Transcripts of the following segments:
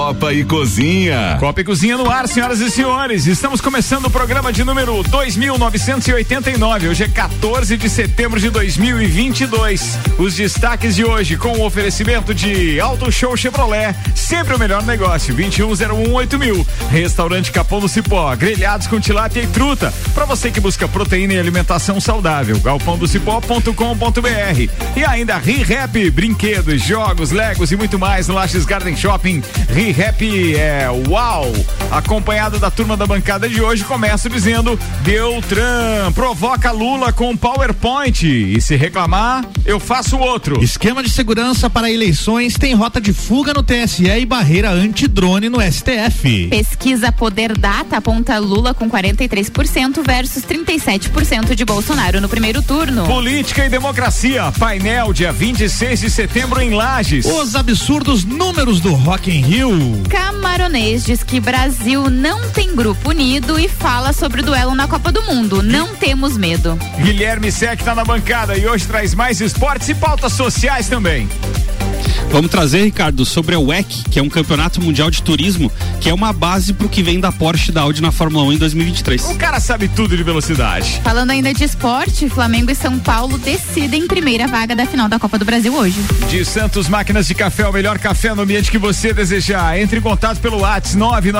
Copa e Cozinha. Copa e Cozinha no ar, senhoras e senhores. Estamos começando o programa de número 2989. Hoje é 14 de setembro de 2022. Os destaques de hoje com o oferecimento de Auto Show Chevrolet, sempre o melhor negócio, 21018000. Restaurante Capão do Cipó, grelhados com tilápia e truta. Para você que busca proteína e alimentação saudável, galpãodocipó.com.br. E ainda ReHap, brinquedos, jogos, legos e muito mais no Lages Garden Shopping. ReHap é uau! Acompanhado da turma da bancada de hoje, começo dizendo: Deltran provoca Lula com PowerPoint e se reclamar, eu faço outro. Esquema de segurança para eleições tem rota de fuga no TSE e barreira antidrone no STF. Pesquisa Poder Data aponta Lula com 43% versus 37% de Bolsonaro no primeiro turno. Política e democracia, painel dia 26 de setembro em Lages. Os absurdos números do Rock in Rio. Camaronês diz que Brasil não tem grupo unido e fala sobre o duelo na Copa do Mundo. Não temos medo. Guilherme Sec tá na bancada e hoje traz mais esportes e pautas sociais também. Vamos trazer, Ricardo, sobre a WEC, que é um campeonato mundial de turismo, que é uma base pro que vem da Porsche e da Audi na Fórmula 1 em 2023. O cara sabe tudo de velocidade. Falando ainda de esporte, Flamengo e São Paulo decidem primeira vaga da final da Copa do Brasil hoje. De Santos Máquinas de Café, o melhor café no ambiente que você desejar. Entre em contato pelo WhatsApp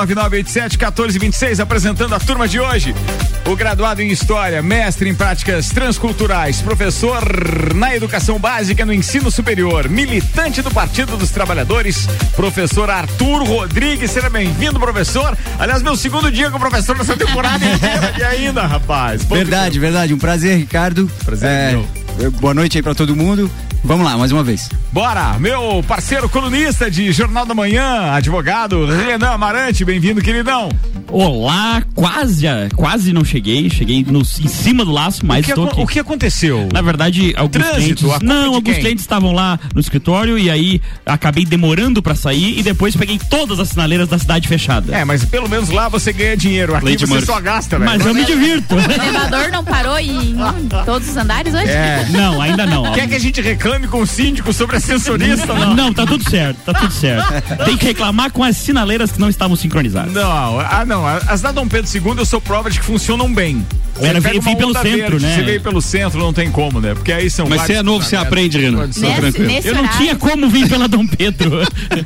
99987-1426, apresentando a turma de hoje. O graduado em História, mestre em Práticas Transculturais, professor na Educação Básica no Ensino Superior, militante do Partido dos Trabalhadores, professor Arthur Rodrigues. Seja bem-vindo, professor. Aliás, meu segundo dia com o professor nessa temporada inteira. E ainda, rapaz? Verdade. Um prazer, Ricardo. Prazer, boa noite aí pra todo mundo. Vamos lá, mais uma vez. Bora, meu parceiro colunista de Jornal da Manhã, advogado Renan Amarante, bem-vindo, queridão. Olá, quase não cheguei em cima do laço, mas estou aqui. O que aconteceu? Na verdade, alguns clientes estavam lá no escritório e aí acabei demorando pra sair e depois peguei todas as sinaleiras da cidade fechada. É, mas pelo menos lá você ganha dinheiro, aqui Leite você Murphy. só gasta, velho. Mas eu me divirto. O elevador não parou em todos os andares hoje? Não, ainda não. Quer que a gente reclame com o síndico sobre ascensorista? Não, tá tudo certo. Tem que reclamar com as sinaleiras que não estavam sincronizadas. Não, as da Dom Pedro II eu sou prova de que funcionam bem. Eu vim pelo centro, né? Você veio pelo centro, não tem como, né? Porque aí são. Mas você é novo, você aprende, Renan. Eu não tinha como vir pela Dom Pedro.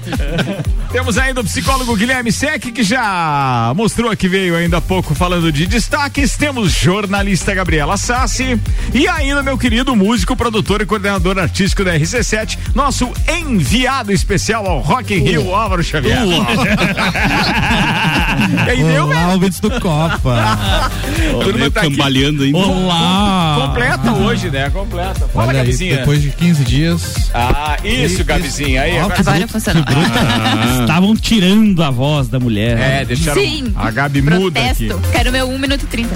Temos ainda o psicólogo Guilherme Sec, que já mostrou que veio ainda há pouco falando de destaques. Temos jornalista Gabriela Sassi e ainda meu querido músico, produtor e coordenador artístico da RC7, nosso enviado especial ao Rock in Rio, Álvaro Xavier. E aí deu, Olá, ouvintes do Copa. Turma tá cambaleando ainda. Olá. Completa hoje, né? Completa. Fala, Olha aí, Gabizinha. depois de 15 dias. Isso, Gabizinha. Aí, Agora funcionou. Estavam tirando a voz da mulher. Deixaram Sim. a Gabi muda aqui. Quero meu 1 minuto e 30.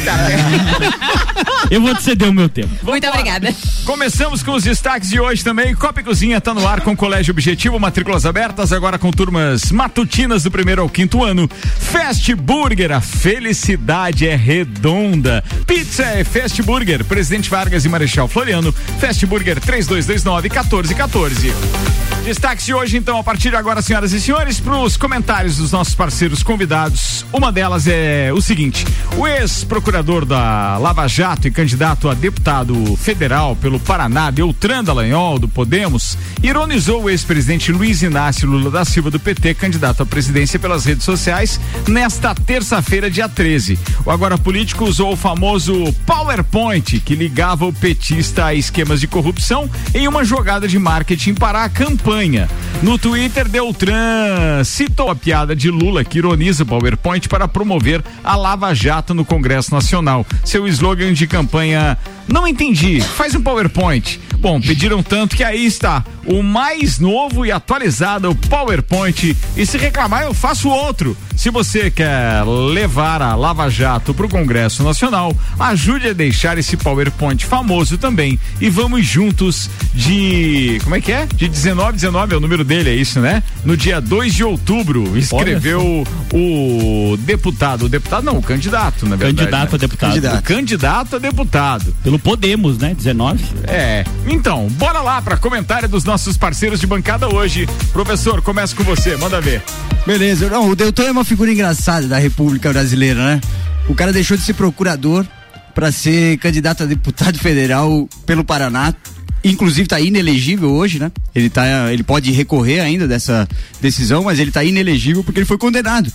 Eu vou te ceder o meu tempo. Muito obrigada. Começamos com os destaques de hoje também. Copa e Cozinha tá no ar com Colégio Objetivo, matrículas abertas agora com turmas matutinas do 1º ao 5º ano. Fast Burger, a felicidade é redonda. Pizza é Fast Burger, Presidente Vargas e Marechal Floriano. Fast Burger 3229-1414. Destaques de hoje, então, a partir de agora, senhoras e senhores, para os comentários dos nossos parceiros convidados. Uma delas é o seguinte: o ex-procurador da Lava Jato e candidato a deputado federal pelo Paraná, Deltran Dallagnol, do Podemos, ironizou o ex-presidente Luiz Inácio Lula da Silva, do PT, candidato à presidência, pelas redes sociais nesta terça-feira, dia 13. O agora político usou o famoso PowerPoint, que ligava o petista a esquemas de corrupção, em uma jogada de marketing para a campanha. No Twitter, Deltran citou a piada de Lula, que ironiza o PowerPoint para promover a Lava Jato no Congresso Nacional. Seu slogan de campanha: não entendi, faz um PowerPoint. Bom, pediram tanto que aí está o mais novo e atualizado PowerPoint, e se reclamar eu faço outro. Se você quer levar a Lava Jato para o Congresso Nacional, ajude a deixar esse PowerPoint famoso também, e vamos juntos de, como é que é? De 19 é o número dele, é isso, né? No dia 2 de outubro, escreveu o candidato, na verdade. Candidato a deputado. O candidato a deputado. Pelo Podemos, né? 19. Então, bora lá para comentário dos nossos nossos parceiros de bancada hoje. Professor, começa com você, manda ver. Beleza, não, o Deltan é uma figura engraçada da República Brasileira, né? O cara deixou de ser procurador para ser candidato a deputado federal pelo Paraná. Inclusive tá inelegível hoje, né? Ele pode recorrer ainda dessa decisão, mas ele tá inelegível porque ele foi condenado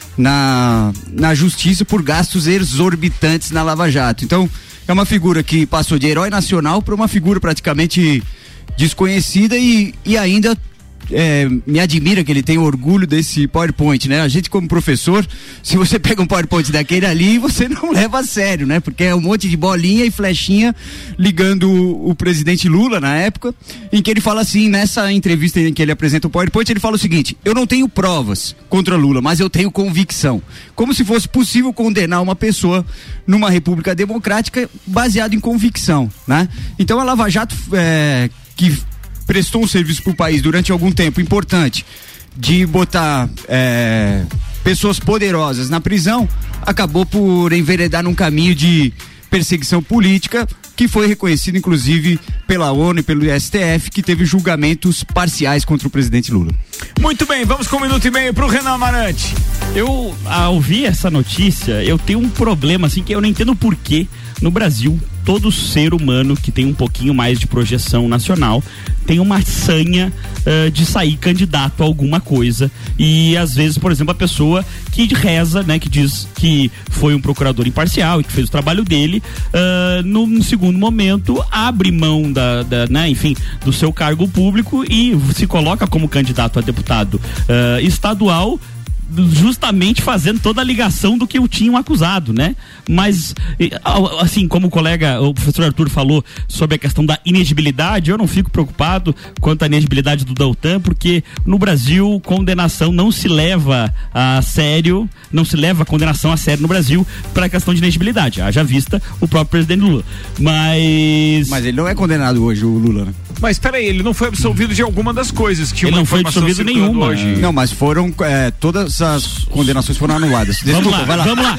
na justiça por gastos exorbitantes na Lava Jato. Então, é uma figura que passou de herói nacional para uma figura praticamente desconhecida e ainda me admira que ele tenha orgulho desse PowerPoint, né? A gente como professor, se você pega um PowerPoint daquele ali, você não leva a sério, né? Porque é um monte de bolinha e flechinha ligando o presidente Lula na época, em que ele fala assim, nessa entrevista em que ele apresenta o PowerPoint, ele fala o seguinte: eu não tenho provas contra Lula, mas eu tenho convicção. Como se fosse possível condenar uma pessoa numa república democrática baseado em convicção, né? Então a Lava Jato, que prestou um serviço para o país durante algum tempo importante de botar pessoas poderosas na prisão, acabou por enveredar num caminho de perseguição política que foi reconhecido inclusive pela ONU e pelo STF, que teve julgamentos parciais contra o presidente Lula. Muito bem, vamos com 1 minuto e meio pro Renan Amarante. Eu, ao ouvir essa notícia, eu tenho um problema assim que eu não entendo por que no Brasil todo ser humano que tem um pouquinho mais de projeção nacional tem uma sanha de sair candidato a alguma coisa, e às vezes, por exemplo, a pessoa que reza, né, que diz que foi um procurador imparcial e que fez o trabalho dele, no segundo momento abre mão né, enfim, do seu cargo público e se coloca como candidato a deputado estadual, justamente fazendo toda a ligação do que o tinham acusado, né? Mas, assim, como o professor Arthur falou sobre a questão da inegibilidade, eu não fico preocupado quanto à inegibilidade do Deltan, porque no Brasil condenação não se leva a sério, não se leva a condenação a sério no Brasil para a questão de inegibilidade, haja vista o próprio presidente Lula. Mas ele não é condenado hoje, o Lula, né? Mas peraí, ele não foi absolvido de alguma das coisas que ele não foi absolvido nenhuma hoje. Não, mas foram todas as condenações foram anuladas. Vamos lá.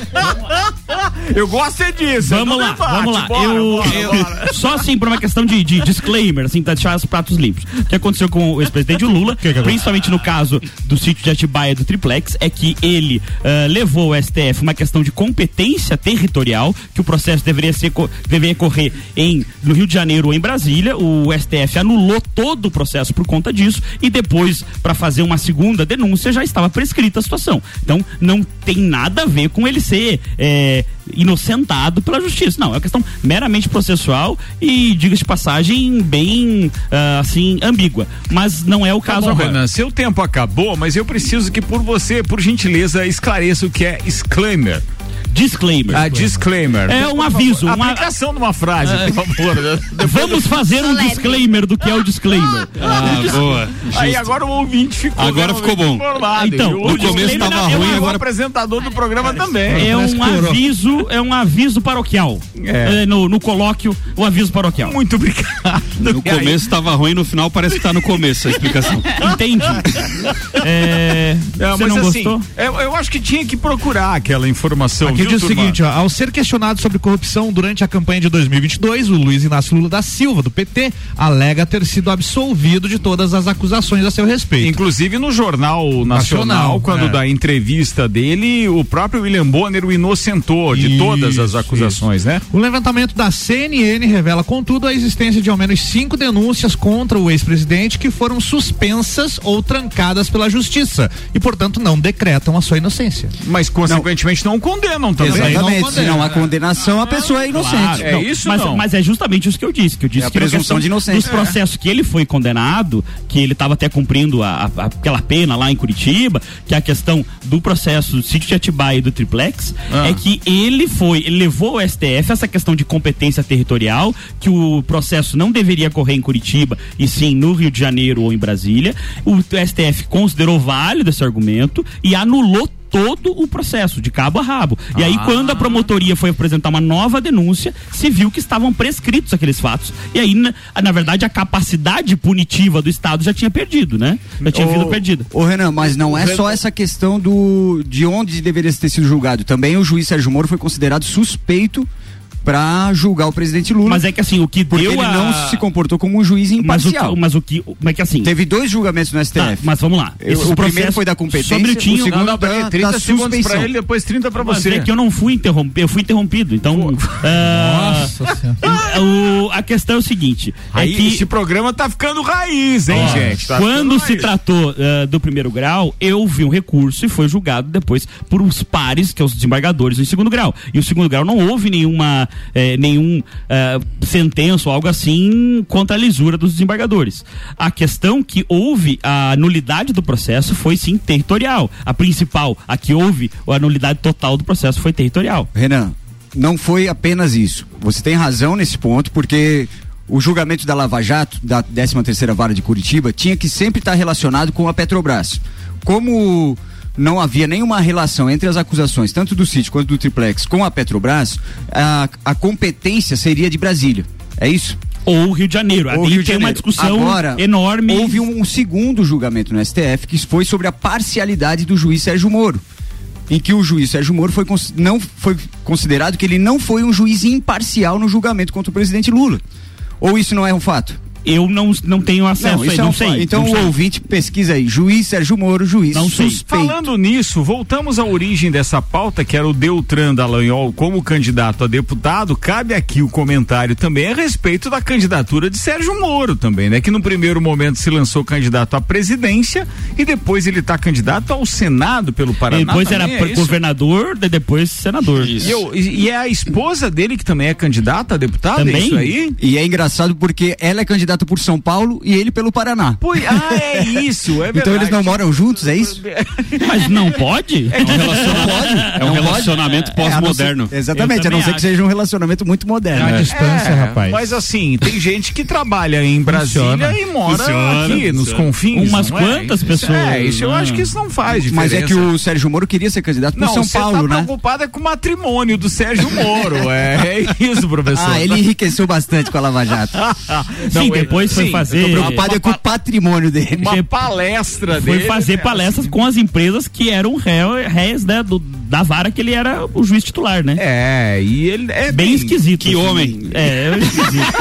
Eu gosto disso. Vamos lá. Bora. Só assim, por uma questão de disclaimer, assim, pra deixar os pratos limpos. O que aconteceu com o ex-presidente Lula, principalmente no caso do sítio de Atibaia do Triplex, é que ele levou ao STF uma questão de competência territorial, que o processo deveria correr no Rio de Janeiro ou em Brasília. O STF anulou todo o processo por conta disso, e depois, para fazer uma segunda denúncia, já estava prescrita a situação. Então, não tem nada a ver com ele ser inocentado pela justiça. Não, é uma questão meramente processual e, diga-se de passagem, bem assim, ambígua. Mas não é o caso agora. Renan, seu tempo acabou, mas eu preciso que por gentileza, esclareça o que é disclaimer. Disclaimer. Disclaimer. É um aviso. A aplicação de uma frase, por favor. Vamos fazer um disclaimer do que é o disclaimer. Boa. Aí agora o ouvinte ficou bom. Informado. Então, no começo estava ruim, agora o apresentador do programa também. É um aviso paroquial. No colóquio, o aviso paroquial. Muito obrigado. No começo estava ruim, no final parece que está no começo a explicação. Entendi. Você não gostou? Eu acho que tinha que procurar aquela informação. Aqui diz o seguinte, ao ser questionado sobre corrupção durante a campanha de 2022, o Luiz Inácio Lula da Silva, do PT, alega ter sido absolvido de todas as acusações a seu respeito. Inclusive no Jornal Nacional, quando da entrevista dele, o próprio William Bonner o inocentou de todas as acusações, né? O levantamento da CNN revela, contudo, a existência de ao menos 5 denúncias contra o ex-presidente que foram suspensas ou trancadas pela justiça e, portanto, não decretam a sua inocência. Mas, consequentemente, não condenam também. Exatamente, se não há condenação, a pessoa é inocente. Claro, mas é justamente isso que eu disse. Que a presunção de inocência. Dos processos que ele foi condenado, que ele estava até cumprindo aquela pena lá em Curitiba, que é a questão do processo do sítio de Atibaia e do Triplex, é que ele levou ao STF essa questão de competência territorial, que o processo não deveria correr em Curitiba, e sim no Rio de Janeiro ou em Brasília. O STF considerou válido esse argumento e anulou todo o processo, de cabo a rabo. E aí, quando a promotoria foi apresentar uma nova denúncia, se viu que estavam prescritos aqueles fatos. E aí, na verdade, a capacidade punitiva do Estado já tinha perdido, né? Já tinha sido perdida. Ô Renan, mas não é só essa questão de onde deveria ter sido julgado. Também o juiz Sérgio Moro foi considerado suspeito pra julgar o presidente Lula. Mas é que assim, o que porque deu ele não se comportou como um juiz imparcial. Mas o que é que assim... Teve 2 julgamentos no STF. Tá, mas vamos lá. O primeiro foi da competência, o segundo não, 30 segundos pra ele, depois 30 pra você. Mas é que eu não fui interrompido, eu fui interrompido, então... Nossa Senhora. A questão é o seguinte... Aí, é que esse programa tá ficando raiz, hein, gente? Tá quando se raiz. tratou do primeiro grau, eu vi um recurso e foi julgado depois por os pares, que são os desembargadores em segundo grau. E o segundo grau não houve nenhuma sentença ou algo assim contra a lisura dos desembargadores. A questão que houve a nulidade do processo foi sim territorial. A principal, a que houve a nulidade total do processo foi territorial. Renan, não foi apenas isso. Você tem razão nesse ponto, porque o julgamento da Lava Jato, da 13ª Vara de Curitiba, tinha que sempre estar relacionado com a Petrobras. Como não havia nenhuma relação entre as acusações, tanto do sítio quanto do triplex, com a Petrobras, a competência seria de Brasília. É isso? Ou Rio de Janeiro. Ali tem uma discussão agora, enorme. Houve um segundo julgamento no STF que foi sobre a parcialidade do juiz Sérgio Moro, em que o juiz Sérgio Moro não foi considerado que ele não foi um juiz imparcial no julgamento contra o presidente Lula. Ou isso não é um fato? Eu não tenho acesso aí, não sei. Então o ouvinte pesquisa aí, juiz Sérgio Moro, juiz não sei. suspeito. Falando nisso, voltamos à origem dessa pauta, que era o Deltan Dallagnol como candidato a deputado. Cabe aqui o comentário também a respeito da candidatura de Sérgio Moro também, né? Que no primeiro momento se lançou candidato à presidência e depois ele está candidato ao Senado pelo Paraná. Depois também, era governador, depois senador. E é a esposa dele que também é candidata a deputada? Também? É isso aí? E é engraçado porque ela é candidata por São Paulo e ele pelo Paraná. É isso, é verdade. Então eles não moram juntos, é isso? Mas não pode? É um relacionamento pós-moderno. Exatamente, a não ser que seja um relacionamento muito moderno. A distância, rapaz. Mas assim, tem gente que trabalha em Brasília e mora aqui, nos confins. Umas quantas pessoas? Isso eu acho que isso não faz diferença. Mas é que o Sérgio Moro queria ser candidato por São Paulo, né? Você tá preocupado com o matrimônio do Sérgio Moro. É isso, professor. Ele enriqueceu bastante com a Lava Jato. Sim, depois foi fazer... Eu tô preocupado com o patrimônio dele. Uma palestra dele. Foi fazer palestras com as empresas que eram réis, né, da vara que ele era o juiz titular, né? E ele é bem esquisito. Que homem. É esquisito.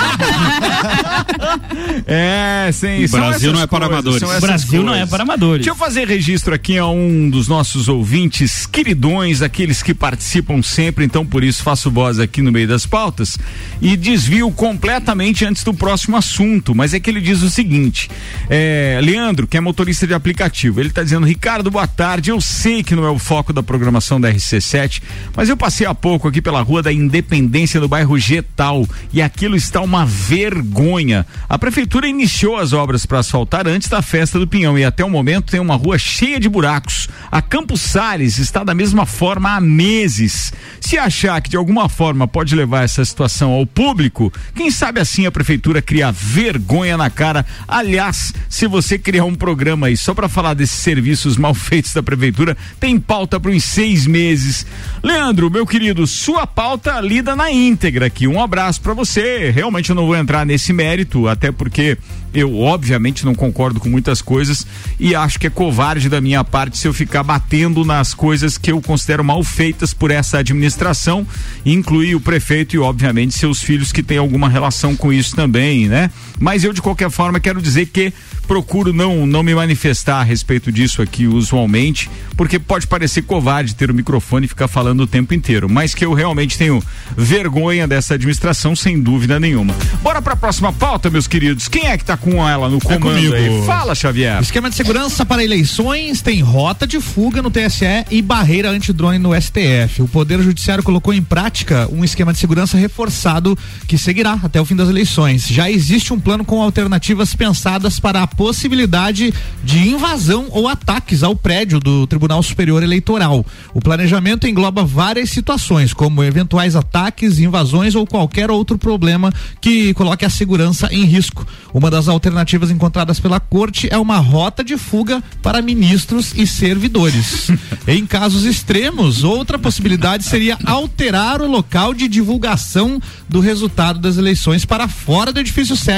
Sim. O Brasil não é para amadores. O Brasil não é para amadores. Deixa eu fazer registro aqui a um dos nossos ouvintes queridões, aqueles que participam sempre, então por isso faço voz aqui no meio das pautas e desvio completamente antes do próximo assunto, mas é que ele diz o seguinte, Leandro, que é motorista de aplicativo, ele tá dizendo: Ricardo, boa tarde, eu sei que não é o foco da programação da RC7, mas eu passei há pouco aqui pela Rua da Independência no bairro Getal e aquilo está uma vergonha. A prefeitura iniciou as obras para asfaltar antes da festa do Pinhão e até o momento tem uma rua cheia de buracos. A Campos Sales está da mesma forma há meses. Se achar que de alguma forma pode levar essa situação ao público, quem sabe assim a prefeitura cria vergonha na cara. Aliás, se você criar um programa aí só para falar desses serviços mal feitos da prefeitura, tem pauta para uns 6 meses. Leandro, meu querido, sua pauta lida na íntegra aqui. Um abraço para você. Realmente eu não vou entrar nesse mérito, até porque eu obviamente não concordo com muitas coisas e acho que é covarde da minha parte se eu ficar batendo nas coisas que eu considero mal feitas por essa administração, incluir o prefeito e obviamente seus filhos que têm alguma relação com isso também, né? Mas eu de qualquer forma quero dizer que procuro não me manifestar a respeito disso aqui usualmente, porque pode parecer covarde ter o microfone e ficar falando o tempo inteiro, mas que eu realmente tenho vergonha dessa administração, sem dúvida nenhuma. Bora pra próxima pauta, meus queridos. Quem é que tá com ela no comando aí? Fala, Xavier. Esquema de segurança para eleições tem rota de fuga no TSE e barreira antidrone no STF. O Poder Judiciário colocou em prática um esquema de segurança reforçado que seguirá até o fim das eleições. Já existe um plano com alternativas pensadas para a possibilidade de invasão ou ataques ao prédio do Tribunal Superior Eleitoral. O planejamento engloba várias situações, como eventuais ataques, invasões ou qualquer outro problema que coloque a segurança em risco. Uma das alternativas encontradas pela Corte é uma rota de fuga para ministros e servidores. Em casos extremos, outra possibilidade seria alterar o local de divulgação do resultado das eleições para fora do edifício sede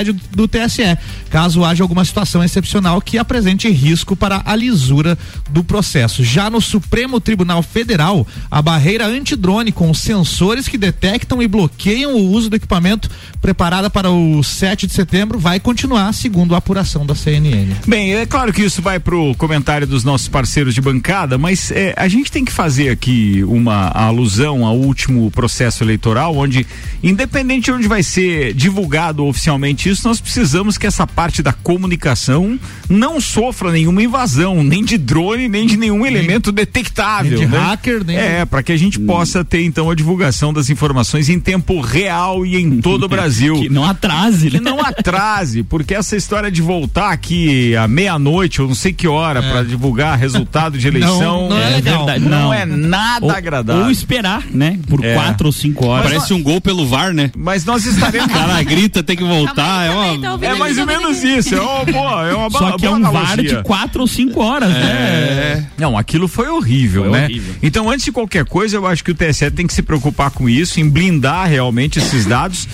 sede do TSE, caso haja alguma situação excepcional que apresente risco para a lisura do processo. Já no Supremo Tribunal Federal, a barreira antidrone com sensores que detectam e bloqueiam o uso do equipamento preparada para o 7 de setembro vai continuar, segundo a apuração da CNN. Bem, é claro que isso vai pro comentário dos nossos parceiros de bancada, mas a gente tem que fazer aqui uma alusão ao último processo eleitoral, onde, independente de onde vai ser divulgado oficialmente isso, nós precisamos que essa parte da comunicação não sofra nenhuma invasão, nem de drone, nem de nenhum elemento detectável. Nem de né? hacker, nem para que a gente possa ter então a divulgação das informações em tempo real e em todo o Brasil. Que não atrase, né? Que não atrase, porque essa história de voltar aqui à meia-noite ou não sei que hora para divulgar resultado de eleição não é legal. Verdade, não é nada agradável. Ou esperar, né? Por 4 ou 5 horas. Parece um gol pelo VAR, né? Mas nós estaremos. O cara grita, tem que voltar. É mais ou menos isso. É uma Só que é um VAR de 4 ou 5 horas, né? Não, aquilo foi horrível, né? Horrível. Então, antes de qualquer coisa, eu acho que o TSE tem que se preocupar com isso, em blindar realmente esses dados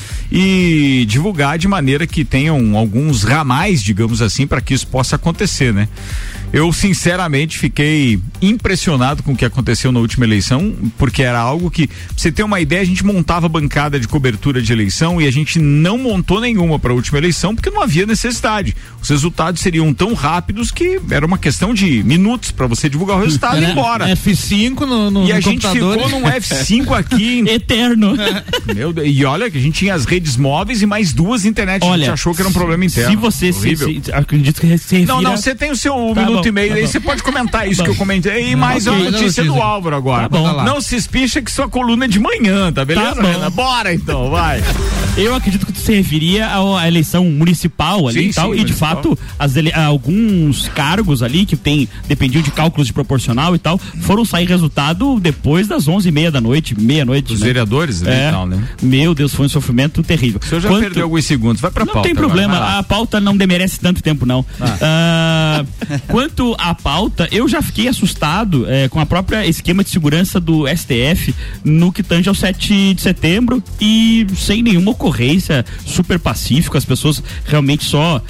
e divulgar de maneira que tenham alguns ramais, digamos assim, para que isso possa acontecer, né? Eu, sinceramente, fiquei impressionado com o que aconteceu na última eleição, porque era algo que, pra você ter uma ideia, a gente montava bancada de cobertura de eleição e a gente não montou nenhuma para a última eleição, porque não havia necessidade. Os resultados seriam tão rápidos que era uma questão de minutos para você divulgar o resultado e ir embora. F5 no E a gente computador. ficou num F5 aqui. Eterno. Meu Deus, e olha que a gente tinha as redes móveis e mais 2 internet. A gente achou que era um problema interno. Se você acredito que você refira... Não, você tem o seu Tá minuto bom, e meio tá aí, bom. você pode comentar isso que eu comentei. E mais a notícia do Álvaro agora. Tá bom. Não se espicha que sua coluna é de manhã, tá beleza, Tá bom. Renan? Bora então, vai. Eu acredito que você referia à eleição municipal ali e tal, e de municipal. fato alguns cargos ali que dependiam de cálculos de proporcional e tal, foram sair resultado depois das 11h30 da noite, meia-noite. Os né? vereadores ali e tal, né? Meu Deus, foi um sofrimento terrível. O senhor já perdeu alguns segundos, vai pra pauta. Não tem problema, agora, a pauta não demerece tanto tempo não. Quanto à pauta, eu já fiquei assustado com a própria esquema de segurança do STF no que tange ao 7 de setembro e sem nenhuma ocorrência, super pacífico, as pessoas realmente só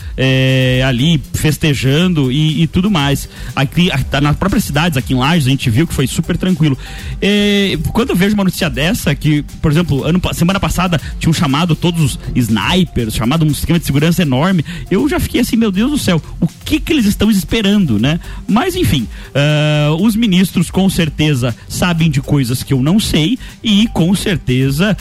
ali festejando e tudo mais. Aqui, nas próprias cidades, aqui em Lages, a gente viu que foi super tranquilo. Quando eu vejo uma notícia dessa, que, por exemplo, semana passada tinham chamado todos os snipers, chamado um esquema de segurança enorme, eu já fiquei assim, meu Deus do céu, o que eles estão esperando, né? Mas enfim, os ministros com certeza sabem de coisas que eu não sei e com certeza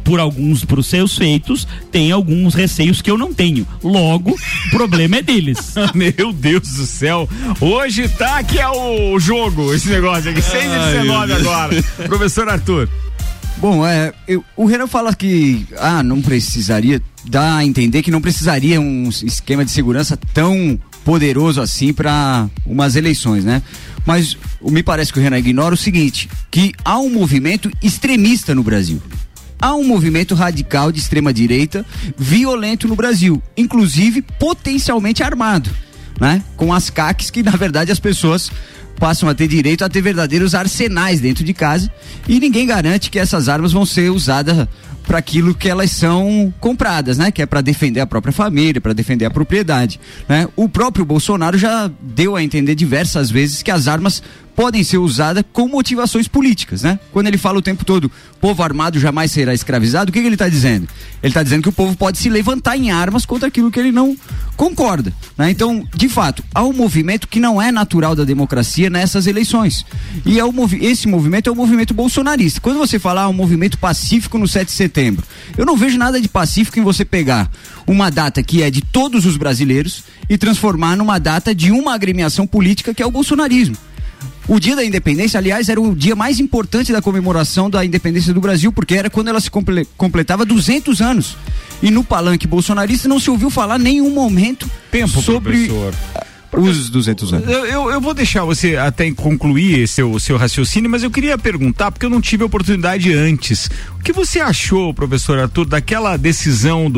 por seus feitos tem alguns receios que eu não tenho. Logo, o problema é deles. Meu Deus do céu, hoje tá que é o jogo, esse negócio aqui, 6h19 agora. Professor Arthur. Bom, o Renan fala que não precisaria, dá a entender que não precisaria um esquema de segurança tão poderoso assim para umas eleições, né? Mas me parece que o Renan ignora o seguinte, que há um movimento extremista no Brasil. Há um movimento radical de extrema direita violento no Brasil, inclusive potencialmente armado, né? Com as CACs que na verdade as pessoas passam a ter direito a ter verdadeiros arsenais dentro de casa e ninguém garante que essas armas vão ser usadas para aquilo que elas são compradas, né? Que é para defender a própria família, para defender a propriedade, né? O próprio Bolsonaro já deu a entender diversas vezes que as armas podem ser usadas com motivações políticas, né? Quando ele fala o tempo todo, povo armado jamais será escravizado, o que ele está dizendo? Ele está dizendo que o povo pode se levantar em armas contra aquilo que ele não concorda, né? Então, de fato, há um movimento que não é natural da democracia nessas eleições. E esse movimento é o movimento bolsonarista. Quando você fala um movimento pacífico no 7 de setembro, eu não vejo nada de pacífico em você pegar uma data que é de todos os brasileiros e transformar numa data de uma agremiação política que é o bolsonarismo. O dia da independência, aliás, era o dia mais importante da comemoração da independência do Brasil, porque era quando ela se completava 200 anos. E no palanque bolsonarista não se ouviu falar nenhum momento sobre professor. os 200 anos. Eu vou deixar você até concluir o seu raciocínio, mas eu queria perguntar, porque eu não tive a oportunidade antes. O que você achou, professor Arthur, daquela decisão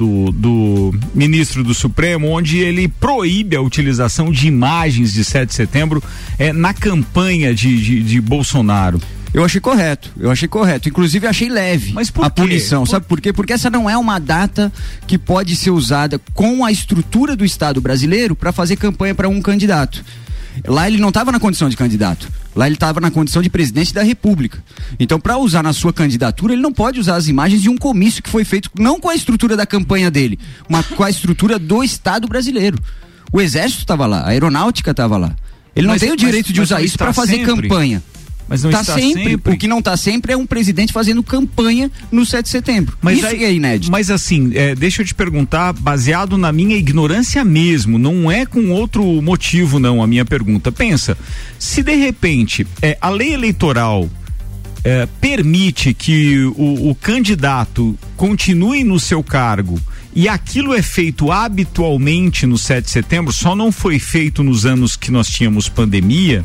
do ministro do Supremo, onde ele proíbe a utilização de imagens de 7 de setembro na campanha de Bolsonaro? Eu achei correto. Inclusive, achei leve a punição. Sabe por quê? Porque essa não é uma data que pode ser usada com a estrutura do Estado brasileiro para fazer campanha para um candidato. Lá ele não estava na condição de candidato. Lá ele estava na condição de presidente da República. Então, para usar na sua candidatura, ele não pode usar as imagens de um comício que foi feito não com a estrutura da campanha dele, mas com a estrutura do Estado brasileiro. O Exército estava lá, a Aeronáutica estava lá. Ele não tem o direito de usar isso para fazer campanha. Mas não está sempre. O que não está sempre é um presidente fazendo campanha no 7 de setembro. Mas isso é inédito. Mas assim, deixa eu te perguntar, baseado na minha ignorância mesmo, não é com outro motivo não a minha pergunta. Pensa, se de repente a lei eleitoral permite que o candidato continue no seu cargo e aquilo é feito habitualmente no 7 de setembro, só não foi feito nos anos que nós tínhamos pandemia,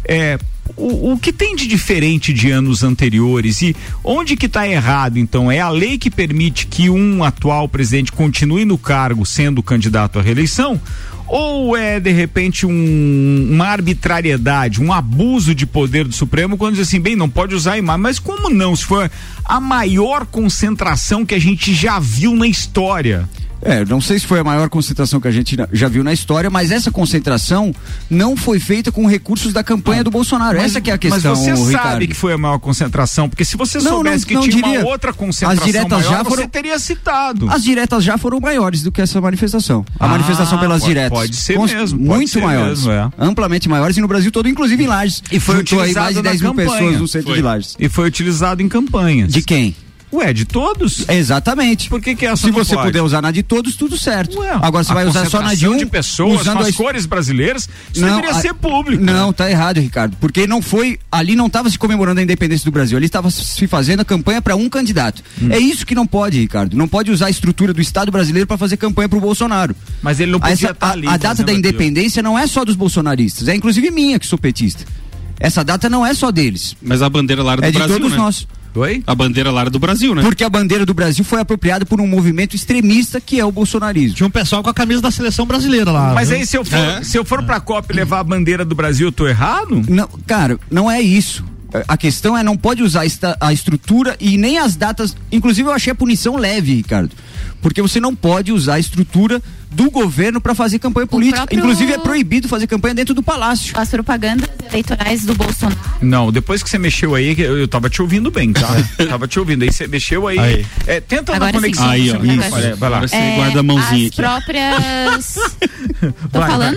o que tem de diferente de anos anteriores e onde que está errado então? É a lei que permite que um atual presidente continue no cargo sendo candidato à reeleição? Ou é de repente uma arbitrariedade, um abuso de poder do Supremo quando diz assim, bem, não pode usar a imagem, mas como não? Se for a maior concentração que a gente já viu na história. Não sei se foi a maior concentração que a gente já viu na história, mas essa concentração não foi feita com recursos da campanha do Bolsonaro. Essa que é a questão, mas você Ricardo. Sabe que foi a maior concentração, porque se você soubesse que tinha uma outra concentração maior, você teria citado. As diretas já foram maiores do que essa manifestação. A manifestação pelas diretas. Pode ser mesmo. Muito maiores. Amplamente maiores e no Brasil todo, inclusive em Lages. E foi utilizado aí mais de 10 mil pessoas no centro de Lages. E foi utilizado em campanhas. De quem? De todos? Exatamente. Por que essa Se você puder usar na de todos, tudo certo. Agora você vai usar só na de um. De pessoas, usando as cores brasileiras, isso não, deveria ser público. Não, tá errado, Ricardo. Porque não foi, ali não estava se comemorando a independência do Brasil, ali estava se fazendo a campanha para um candidato. É isso que não pode, Ricardo. Não pode usar a estrutura do Estado brasileiro para fazer campanha pro Bolsonaro. Mas ele não podia estar ali. A data da independência não é só dos bolsonaristas, é inclusive minha, que sou petista. Essa data não é só deles. Mas a bandeira lá era do Brasil, de todos nós. Oi? A bandeira lá era do Brasil, né? Porque a bandeira do Brasil foi apropriada por um movimento extremista que é o bolsonarismo. Tinha um pessoal com a camisa da seleção brasileira lá. Mas aí se eu for pra Copa e levar a bandeira do Brasil, eu tô errado? Não, cara, não é isso. A questão é não pode usar a estrutura e nem as datas. Inclusive eu achei a punição leve, Ricardo. Porque você não pode usar a estrutura do governo para fazer campanha política. Inclusive é proibido fazer campanha dentro do palácio. As propagandas eleitorais do Bolsonaro. Não, depois que você mexeu aí, eu tava te ouvindo bem, tá? Tava te ouvindo, aí você mexeu aí. Tenta agora na conexão. Sim. Aí, ó. Vai lá. Você guarda a mãozinha aqui. As próprias... Tô falando?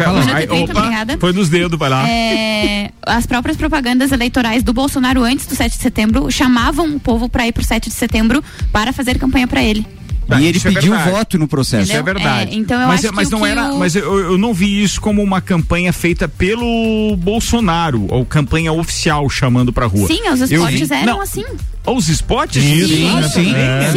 Opa, foi nos dedos, vai lá. As próprias propagandas eleitorais do Bolsonaro antes do 7 de setembro chamavam o povo para ir pro 7 de setembro para fazer campanha para ele. E ele pediu voto no processo. Isso é verdade. Então eu acho mas que não era, mas eu não vi isso como uma campanha feita pelo Bolsonaro, ou campanha oficial chamando pra rua. Sim, os spots eram assim. Os spots? Sim.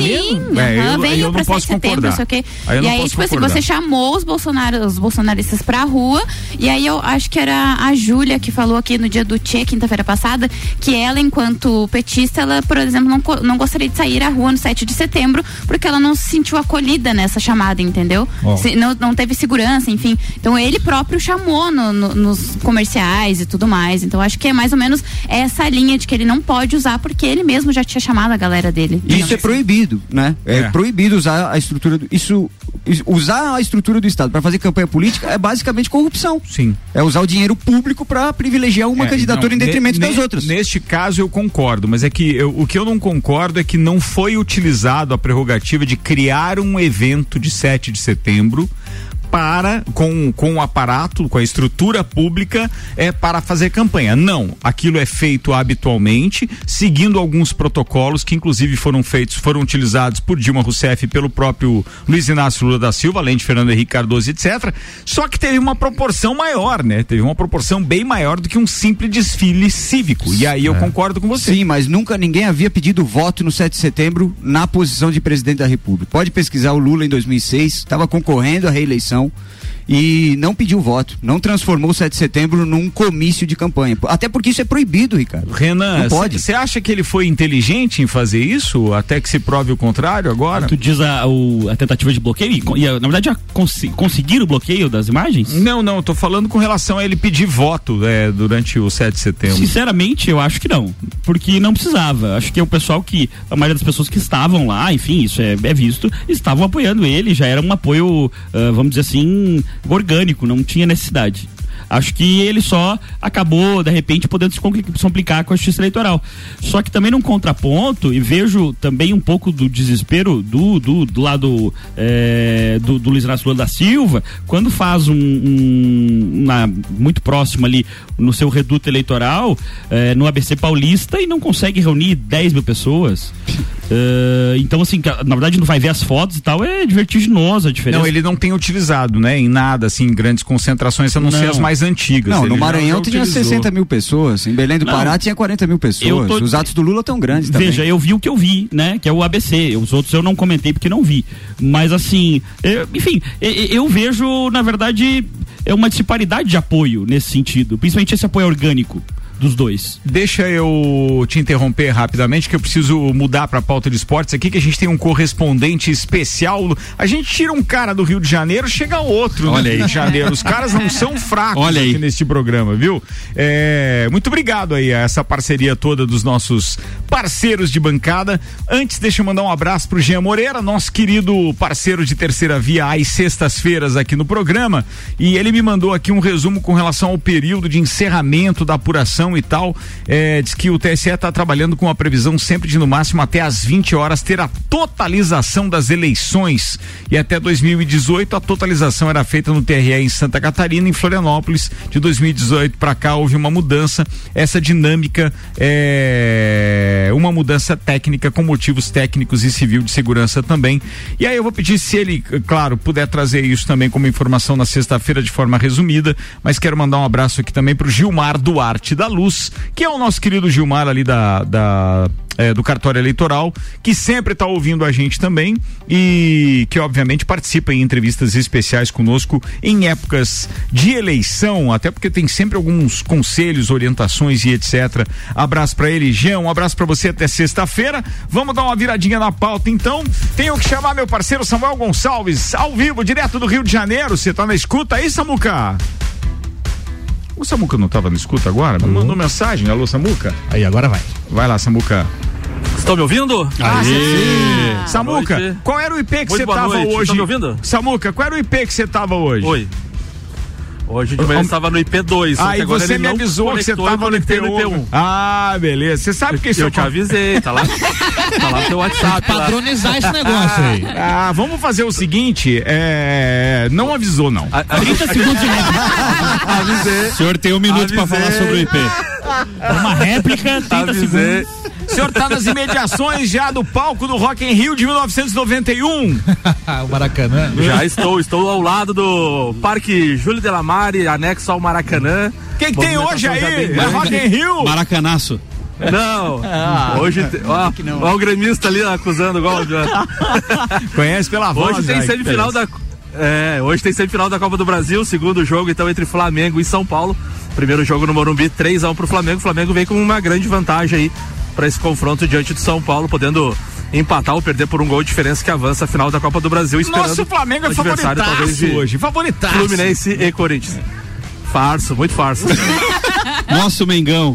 Eu não posso concordar. E aí, tipo assim, você chamou os bolsonaristas pra rua, e aí eu acho que era a Júlia que falou aqui no dia do Tchê, quinta-feira passada, que ela, enquanto petista, ela, por exemplo, não gostaria de sair à rua no 7 de setembro, porque ela não se sentiu acolhida nessa chamada, entendeu? Não teve segurança, enfim. Então ele próprio chamou nos comerciais e tudo mais. Então acho que é mais ou menos essa linha de que ele não pode usar, porque ele mesmo já tinha chamado a galera dele. Isso é proibido, né? É proibido usar a estrutura usar a estrutura do Estado para fazer campanha política é basicamente corrupção. Sim. É usar o dinheiro público para privilegiar uma candidatura em detrimento das outras. Neste caso eu concordo, mas é que o que eu não concordo é que não foi utilizado a prerrogativa de criar um evento de 7 de setembro com o aparato, com a estrutura pública para fazer campanha. Não, aquilo é feito habitualmente, seguindo alguns protocolos que inclusive foram utilizados por Dilma Rousseff e pelo próprio Luiz Inácio Lula da Silva, além de Fernando Henrique Cardoso, etc. Só que teve uma proporção maior, né? Teve uma proporção bem maior do que um simples desfile cívico. E aí eu concordo com você. Sim, mas nunca ninguém havia pedido voto no 7 de setembro na posição de presidente da República. Pode pesquisar o Lula em 2006, estava concorrendo à reeleição. e não pediu voto, não transformou o 7 de setembro num comício de campanha. Até porque isso é proibido, Ricardo. Renan, você acha que ele foi inteligente em fazer isso, até que se prove o contrário agora? Tu diz a tentativa de bloqueio e na verdade conseguiram o bloqueio das imagens? Não, eu tô falando com relação a ele pedir voto durante o 7 de setembro. Sinceramente, eu acho que não, porque não precisava. Acho que é o pessoal a maioria das pessoas que estavam lá, enfim, isso é visto, estavam apoiando ele, já era um apoio, vamos dizer assim, orgânico, não tinha necessidade. Acho que ele só acabou, de repente, podendo se complicar com a justiça eleitoral. Só que também num contraponto, e vejo também um pouco do desespero do lado do Luiz Inácio Lula da Silva, quando faz muito próximo ali no seu reduto eleitoral, no ABC Paulista, e não consegue reunir 10 mil pessoas. Então, assim, na verdade, não vai ver as fotos e tal, é vertiginosa a diferença. Não, ele não tem utilizado, né, em nada, assim, grandes concentrações, a não ser as mais antigas. Não, no Maranhão tinha 60 mil pessoas, em Belém do Pará tinha 40 mil pessoas. Os atos do Lula tão grandes também. Veja, eu vi o que eu vi, né, que é o ABC, os outros eu não comentei porque não vi, mas assim, enfim, eu vejo, na verdade, uma disparidade de apoio nesse sentido, principalmente esse apoio orgânico dos dois. Deixa eu te interromper rapidamente, que eu preciso mudar para a pauta de esportes aqui, que a gente tem um correspondente especial. A gente tira um cara do Rio de Janeiro, chega outro no Rio de Janeiro. Os caras não são fracos aqui neste programa, viu? Muito obrigado aí a essa parceria toda dos nossos parceiros de bancada. Antes, deixa eu mandar um abraço pro Jean Moreira, nosso querido parceiro de Terceira Via às sextas-feiras aqui no programa, e ele me mandou aqui um resumo com relação ao período de encerramento da apuração e tal, diz que o TSE está trabalhando com a previsão sempre de no máximo até às 20 horas ter a totalização das eleições, e até 2018 a totalização era feita no TRE em Santa Catarina, em Florianópolis. De 2018 para cá houve uma mudança, essa dinâmica uma mudança técnica com motivos técnicos e civil de segurança também. E aí eu vou pedir se ele, claro, puder trazer isso também como informação na sexta-feira de forma resumida, mas quero mandar um abraço aqui também pro Gilmar Duarte da Luz, que é o nosso querido Gilmar ali do cartório eleitoral, que sempre está ouvindo a gente também e que obviamente participa em entrevistas especiais conosco em épocas de eleição, até porque tem sempre alguns conselhos, orientações e etc. Abraço para ele, Jean, um abraço para você até sexta-feira. Vamos dar uma viradinha na pauta então. Tenho que chamar meu parceiro Samuel Gonçalves, ao vivo, direto do Rio de Janeiro. Você tá na escuta aí, Samuca? O Samuca não estava na escuta agora? Me mandou mensagem. Alô, Samuca? Aí, agora vai. Vai lá, Samuca. Estão me ouvindo? Sim. Samuca, qual era o IP que você estava hoje? Estão me ouvindo? Samuca, qual era o IP que você estava hoje? Oi. Hoje de manhã eu estava no IP2. Aí você me avisou que você estava no IP1. Ah, beleza. Você sabe que isso... Eu te avisei, tá lá no teu WhatsApp. Padronizar esse negócio aí. Vamos fazer o seguinte, não avisou não. 30 segundos de réplica. Avisei. O senhor tem 1 minuto para falar sobre o IP. Uma réplica, 30 segundos. O senhor tá nas imediações já do palco do Rock in Rio de 1991. O Maracanã. Já estou ao lado do Parque Júlio Delamare, anexo ao Maracanã. Quem tem hoje aí? É Rock in Rio? Maracanaço. Não, hoje, ó o gremista ali acusando o gol. Conhece pela voz. Hoje tem semifinal hoje tem semifinal da Copa do Brasil, segundo jogo então entre Flamengo e São Paulo. Primeiro jogo no Morumbi, 3-1 pro Flamengo. O Flamengo vem com uma grande vantagem aí para esse confronto diante do São Paulo, podendo empatar ou perder por um gol de diferença que avança a final da Copa do Brasil, esperando. Nosso Flamengo é favoritaço hoje, favoritaço. Fluminense e Corinthians. Farso, muito farso. Nosso Mengão.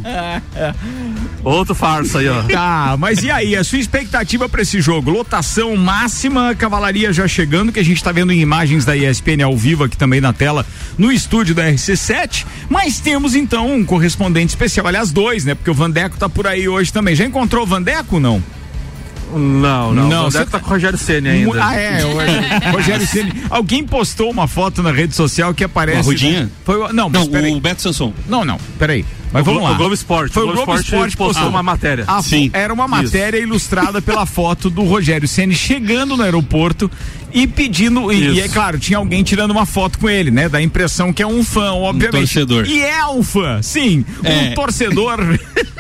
Outro farso aí, ó. Tá, mas e aí, a sua expectativa para esse jogo? Lotação máxima, cavalaria já chegando, que a gente tá vendo em imagens da ESPN ao vivo aqui também na tela, no estúdio da RC7, mas temos então um correspondente especial, aliás 2, né? Porque o Vandeco tá por aí hoje também. Já encontrou o Vandeco, não? Não, o Vandeco tá com o Rogério Ceni ainda. O Rogério Ceni. Alguém postou uma foto na rede social que aparece... Uma Rudinha? Não, o Beto Sanson. Não, peraí. Mas vamos lá. O Globo Esporte. Foi o Globo Esporte postou uma matéria. Sim. Era uma matéria ilustrada pela foto do Rogério Ceni chegando no aeroporto e pedindo, e é claro, tinha alguém tirando uma foto com ele, né? Da impressão que é um fã, obviamente. Um torcedor. E é um fã, sim. Um torcedor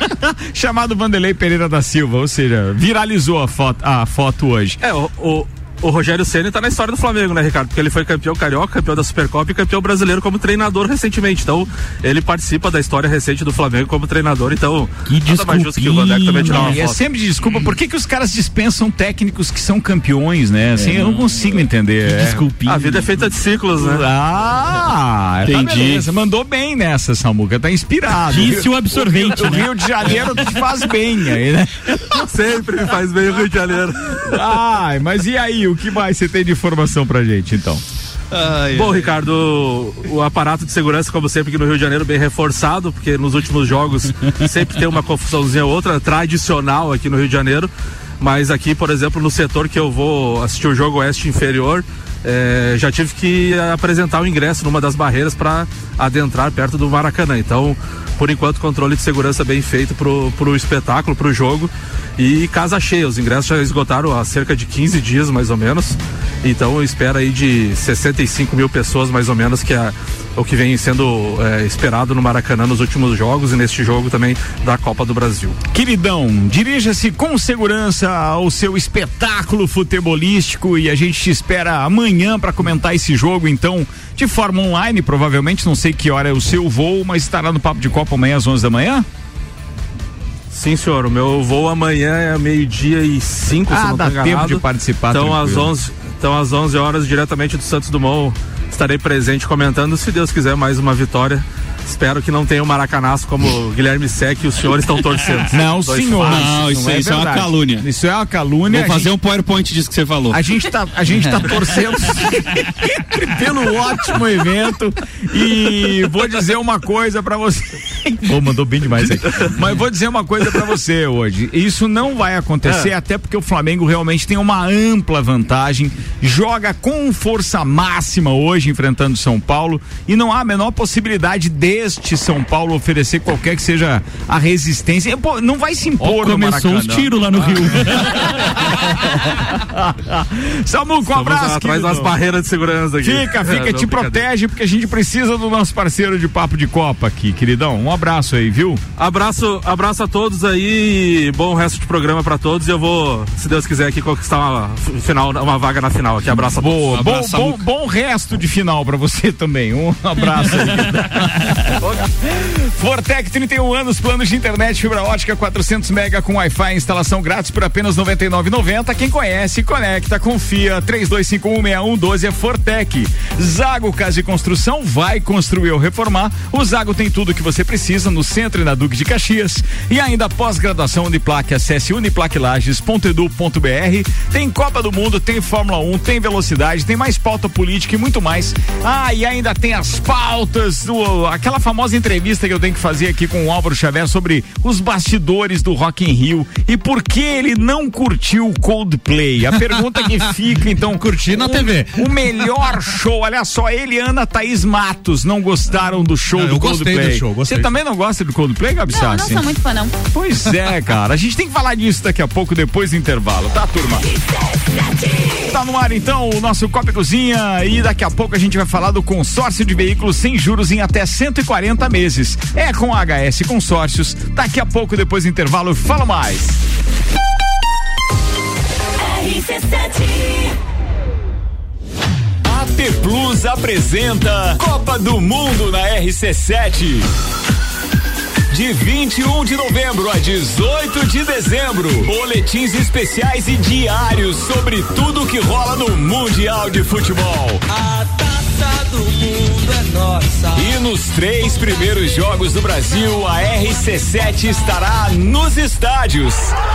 chamado Vanderlei Pereira da Silva, ou seja, viralizou a foto hoje. O Rogério Ceni tá na história do Flamengo, né, Ricardo? Porque ele foi campeão carioca, campeão da Supercopa e campeão brasileiro como treinador recentemente. Então, ele participa da história recente do Flamengo como treinador. Então, nada mais justo que o Vandeco também tirar uma foto. É sempre de desculpa. Por que os caras dispensam técnicos que são campeões, né? Assim, eu não consigo entender. Desculpinha. A vida é feita de ciclos, né? Entendi. Tá, beleza. Mandou bem nessa, Samuca. Tá inspirado. Disse o absorvente, O Rio de Janeiro te faz bem aí, né? Sempre me faz bem o Rio de Janeiro. Ai, mas e aí? O que mais você tem de informação pra gente, então? Bom, Ricardo, o aparato de segurança, como sempre, aqui no Rio de Janeiro, bem reforçado, porque nos últimos jogos sempre tem uma confusãozinha ou outra, tradicional aqui no Rio de Janeiro, mas aqui, por exemplo, no setor que eu vou assistir o jogo Oeste Inferior, já tive que apresentar o ingresso numa das barreiras para adentrar perto do Maracanã. Então, por enquanto, controle de segurança bem feito pro espetáculo, pro jogo, e casa cheia. Os ingressos já esgotaram há cerca de 15 dias, mais ou menos. Então, eu espero aí de 65 mil pessoas, mais ou menos, que é o que vem sendo esperado no Maracanã nos últimos jogos e neste jogo também da Copa do Brasil. Queridão, dirija-se com segurança ao seu espetáculo futebolístico e a gente te espera amanhã para comentar esse jogo, então, de forma online, provavelmente, não sei que hora é o seu voo, mas estará no Papo de Copa amanhã às 11 da manhã? Sim, senhor, o meu voo amanhã é 12:05, se não dá tô tempo enganado. de participar. Então às 11 horas, diretamente do Santos Dumont, estarei presente comentando, se Deus quiser, mais uma vitória. Espero que não tenha um maracanaço como o Guilherme Sec e os senhores estão torcendo. Não, senhor. Não, isso é uma calúnia. Isso é uma calúnia. Vou fazer um PowerPoint disso que você falou. A gente tá torcendo pelo ótimo evento e vou dizer uma coisa pra você. Pô, mandou bem demais aí. Mas vou dizer uma coisa pra você hoje. Isso não vai acontecer, até porque o Flamengo realmente tem uma ampla vantagem, joga com força máxima hoje enfrentando o São Paulo e não há a menor possibilidade deste São Paulo oferecer qualquer que seja a resistência. Pô, não vai se impor no Maracanã. Começou os tiros lá no Rio. Samuco, um abraço. Atrás das barreiras de segurança aqui. Fica, te protege, porque a gente precisa do nosso parceiro de Papo de Copa aqui, queridão. Um abraço aí, viu? Abraço a todos aí, bom resto de programa pra todos, e eu vou, se Deus quiser, aqui conquistar uma vaga na final aqui. Abraço a todos. Boa, bom resto de final pra você também. Um abraço aí. Fortec, 31 anos, planos de internet, fibra ótica 400 mega com Wi-Fi, instalação grátis por apenas R$ 99,90. Quem conhece, conecta, confia. 32516112 é Fortec. Zago Casa e Construção, vai construir ou reformar. O Zago tem tudo que você precisa no centro e na Duque de Caxias. E ainda pós-graduação Uniplac, acesse uniplaclages.edu.br. Tem Copa do Mundo, tem Fórmula 1, tem velocidade, tem mais pauta política e muito mais. E ainda tem as pautas aquela famosa entrevista que eu tenho que fazer aqui com o Álvaro Xavier sobre os bastidores do Rock in Rio e por que ele não curtiu o Coldplay. A pergunta que fica, então, curtir na TV. O melhor show, olha só, ele e Ana Thaís Matos não gostaram do show do Coldplay. Eu gostei do show, Você também não gosta do Coldplay, Gabi Sassi? Não sou muito fã, não. Pois é, cara, a gente tem que falar disso daqui a pouco, depois do intervalo, tá, turma? Tá no ar, então, o nosso Copa e Cozinha, e daqui a pouco a gente vai falar do consórcio de veículos sem juros em até 140 meses. É com a HS Consórcios. Daqui a pouco, depois do intervalo, eu falo mais. AT Plus apresenta Copa do Mundo na RC7. De 21 de novembro a 18 de dezembro, boletins especiais e diários sobre tudo que rola no Mundial de Futebol. A taça do mundo é nossa. E nos 3 primeiros jogos do Brasil, a RC7 estará nos estádios.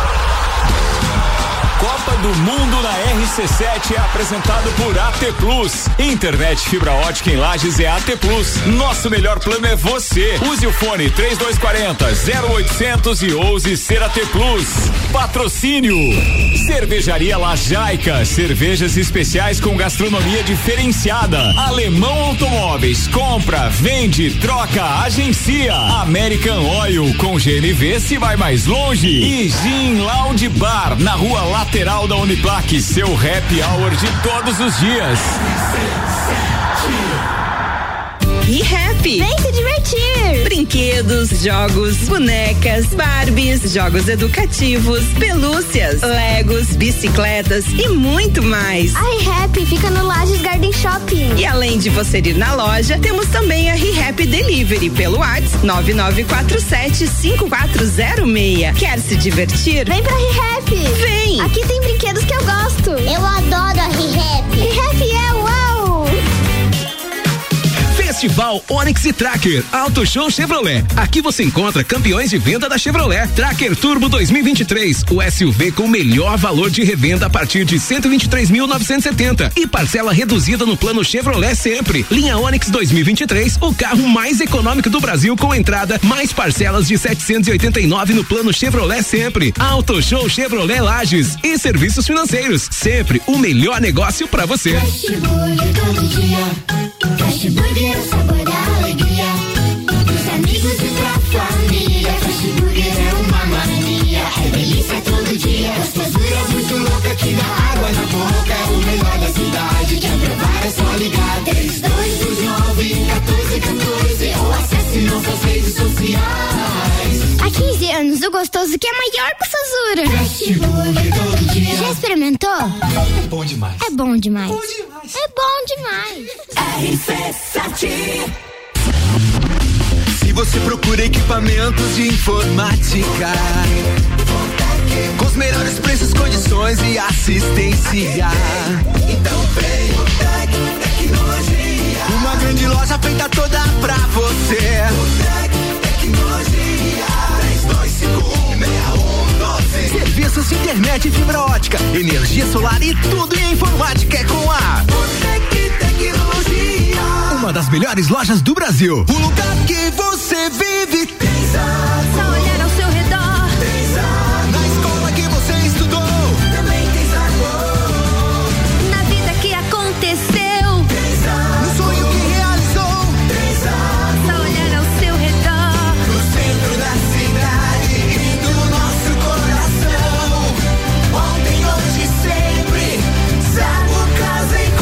Copa do Mundo na RC7 é apresentado por AT Plus. Internet fibra ótica em Lages é AT Plus. Nosso melhor plano é você. Use o fone 3240-0800 e ouse ser AT Plus. Patrocínio Cervejaria Lajaica, cervejas especiais com gastronomia diferenciada. Alemão Automóveis, compra, vende, troca, agencia. American Oil, com GNV se vai mais longe. E Gin Lounge Bar, na rua lateral da Uniplac, seu happy hour de todos os dias. ReHap. Vem se divertir. Brinquedos, jogos, bonecas, Barbies, jogos educativos, pelúcias, Legos, bicicletas e muito mais. A ReHap fica no Lages Garden Shopping. E além de você ir na loja, temos também a ReHap Delivery pelo WhatsApp 9947-5406. Quer se divertir? Vem pra ReHap. Vem! Aqui tem brinquedos que eu gosto. Eu adoro a ReHap. ReHap é uau! Festival Onix e Tracker Auto Show Chevrolet. Aqui você encontra campeões de venda da Chevrolet. Tracker Turbo 2023, o SUV com o melhor valor de revenda a partir de 123.970 e parcela reduzida no plano Chevrolet sempre. Linha Onix 2023, o carro mais econômico do Brasil com entrada mais parcelas de 789 no plano Chevrolet sempre. Auto Show Chevrolet Lages e serviços financeiros. Sempre o melhor negócio para você. Fast Burger, o sabor da alegria. Dos amigos e da família. Fast Burger é uma mania. É delícia todo dia. Gostosura muito louca que dá água na boca. É o melhor da cidade. Quer provar é só ligar. 3229-1414 ou acesse nossas redes sociais. Há 15 anos, o gostoso que é maior que o Sazura. Fast Burger todo dia. Já experimentou? É bom demais. É bom demais. Bom demais. É bom demais. RC7. Se você procura equipamentos de informática, com os melhores preços, condições e assistência, então vem o Tec Tecnologia. Uma grande loja feita toda pra você. O Tec Tecnologia. 32516112. Serviços de internet e fibra ótica, energia solar e tudo em informática é com a Tec Tecnologia. Uma das melhores lojas do Brasil. O lugar que você vive tem Só olhar ao seu redor. Na escola que você estudou também tem sabor. Na vida que aconteceu. No sonho que realizou. Só olhar ao seu redor. No centro da cidade e do nosso coração. Ontem, hoje, sempre. Zago Casa e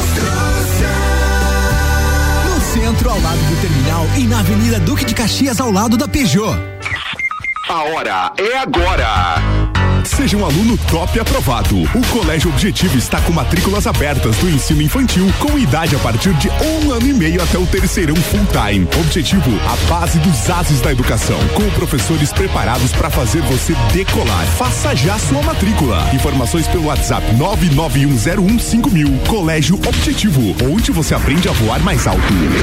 Construção. No centro, ao lado do terminal e na Avenida Duque de Caxias, ao lado da Peugeot. A hora é agora. Seja um aluno top aprovado. O Colégio Objetivo está com matrículas abertas do ensino infantil com idade a partir de 1 ano e meio até o terceirão full time. Objetivo, a base dos ases da educação, com professores preparados para fazer você decolar. Faça já sua matrícula. Informações pelo WhatsApp 991015000. Colégio Objetivo, onde você aprende a voar mais alto.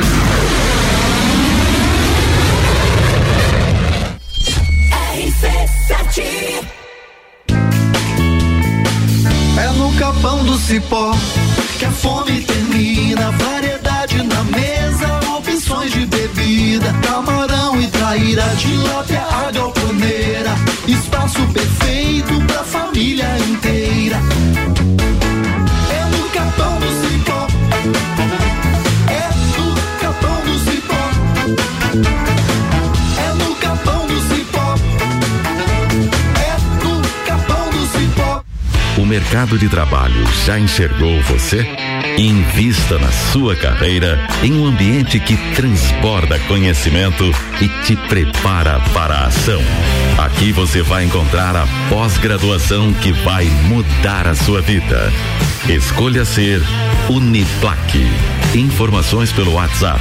É no Capão do Cipó que a fome termina. Variedade na mesa, opções de bebida, camarão e traíra, tilápia, a galponeira. Espaço perfeito pra família inteira. É no Capão do Cipó. É no Capão do Cipó. É no Capão do Cipó. É no Capão do Cipó. O mercado de trabalho já enxergou você? Invista na sua carreira em um ambiente que transborda conhecimento e te prepara para a ação. Aqui você vai encontrar a pós-graduação que vai mudar a sua vida. Escolha ser Uniplac. Informações pelo WhatsApp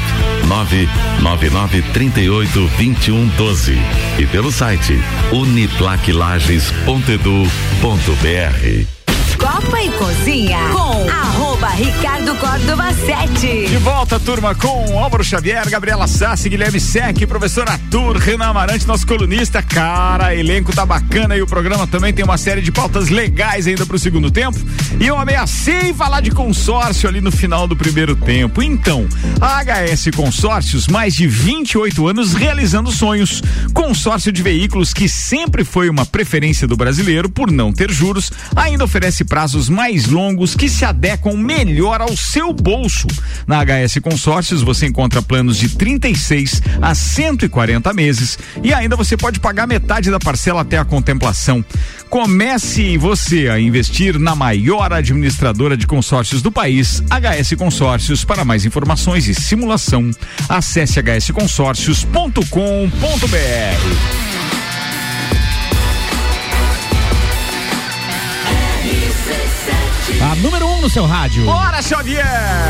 999382112 e pelo site uniplaclages.edu.br. Copa e Cozinha com @Ricardo Córdova 7. De volta, turma, com Álvaro Xavier, Gabriela Sassi, Guilherme Sec, professor Arthur, Renan Amarante, nosso colunista. Cara, elenco tá bacana e o programa também tem uma série de pautas legais ainda pro segundo tempo. E eu ameacei falar de consórcio ali no final do primeiro tempo. Então, a HS Consórcios, mais de 28 anos realizando sonhos. Consórcio de veículos que sempre foi uma preferência do brasileiro por não ter juros, ainda oferece prazos mais longos que se adequam melhor ao seu bolso. Na HS Consórcios você encontra planos de 36 a 140 meses e ainda você pode pagar metade da parcela até a contemplação. Comece você a investir na maior administradora de consórcios do país, HS Consórcios. Para mais informações e simulação, acesse hsconsórcios.com.br. A número 1 no seu rádio. Bora, Xavier!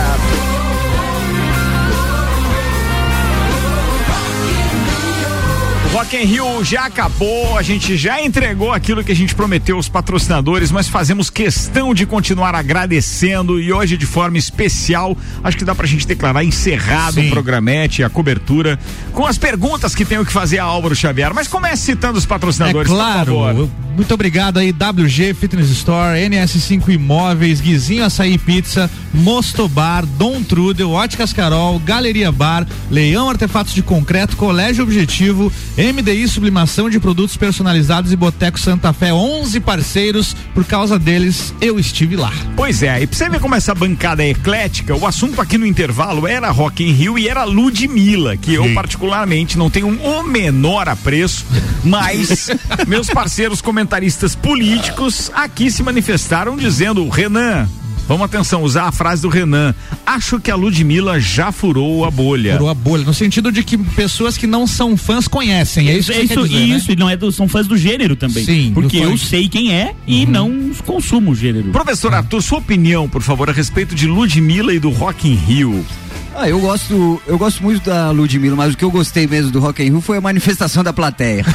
Rock in Rio já acabou, a gente já entregou aquilo que a gente prometeu aos patrocinadores, mas fazemos questão de continuar agradecendo e hoje de forma especial, acho que dá pra gente declarar encerrado o programete, a cobertura, com as perguntas que tenho que fazer a Álvaro Xavier, mas comece citando os patrocinadores, claro, por favor. Muito obrigado aí, WG Fitness Store, NS5 Imóveis, Guizinho Açaí Pizza, Mosto Bar, Dom Trudel, Óticas Carol, Galeria Bar, Leão Artefatos de Concreto, Colégio Objetivo, MDI Sublimação de Produtos Personalizados e Boteco Santa Fé, 11 parceiros, por causa deles eu estive lá. Pois é, e pra você ver como essa bancada é eclética, o assunto aqui no intervalo era Rock in Rio e era Ludmilla, que eu particularmente não tenho o menor apreço, mas meus parceiros comentaristas políticos aqui se manifestaram dizendo, Renan, vamos atenção, usar a frase do Renan, acho que a Ludmilla já furou a bolha. Furou a bolha, no sentido de que pessoas que não são fãs conhecem, é isso que você quer dizer, isso, né? E não é são fãs do gênero também. Sim. Porque eu sei quem é e não consumo o gênero. Professor Arthur, sua opinião, por favor, a respeito de Ludmilla e do Rock in Rio. Eu gosto muito da Ludmilla, mas o que eu gostei mesmo do Rock in Rio foi a manifestação da plateia.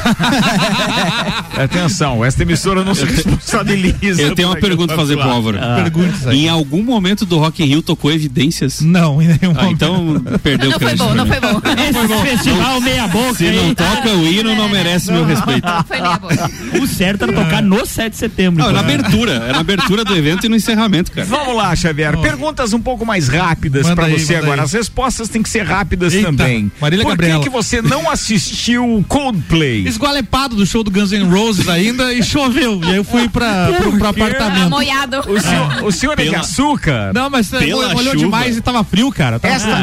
Atenção, esta emissora não se responsabiliza. Eu tenho uma pergunta pra fazer pro Álvaro. Perguntas aí. Em algum momento do Rock in Rio tocou Evidências? Não, em nenhum momento. Então perdeu o crédito. Não foi bom. Esse festival meia boca. Se não toca o hino, não merece meu respeito. Foi meia boca. O certo era tocar no 7 de setembro. Não, na abertura. É na abertura do evento e no encerramento, cara. Vamos lá, Xavier. Perguntas um pouco mais rápidas pra você agora. As respostas têm que ser rápidas também. Marília Por Gabriela. que você não assistiu Coldplay? Esgualepado do show do Guns N' Roses ainda e choveu. E aí eu fui pro apartamento. Molhado. O senhor é de açúcar? Não, mas molhou demais e tava frio, cara.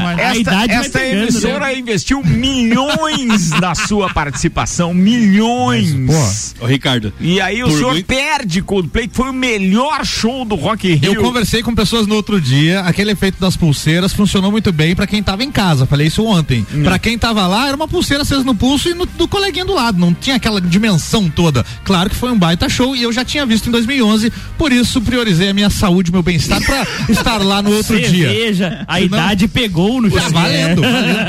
Esta emissora investiu milhões na sua participação. Milhões. Ô, Ricardo. E aí o senhor perde Coldplay, que foi o melhor show do Rock in Rio. Eu conversei com pessoas no outro dia, aquele efeito das pulseiras funcionou muito bem pra quem tava em casa, falei isso ontem. Pra quem tava lá, era uma pulseira acesa no pulso e do coleguinha do lado, não tinha aquela dimensão toda. Claro que foi um baita show e eu já tinha visto em 2011, por isso priorizei a minha saúde, meu bem-estar pra estar lá no outro dia. Veja, a idade pegou no Xavier. Valendo.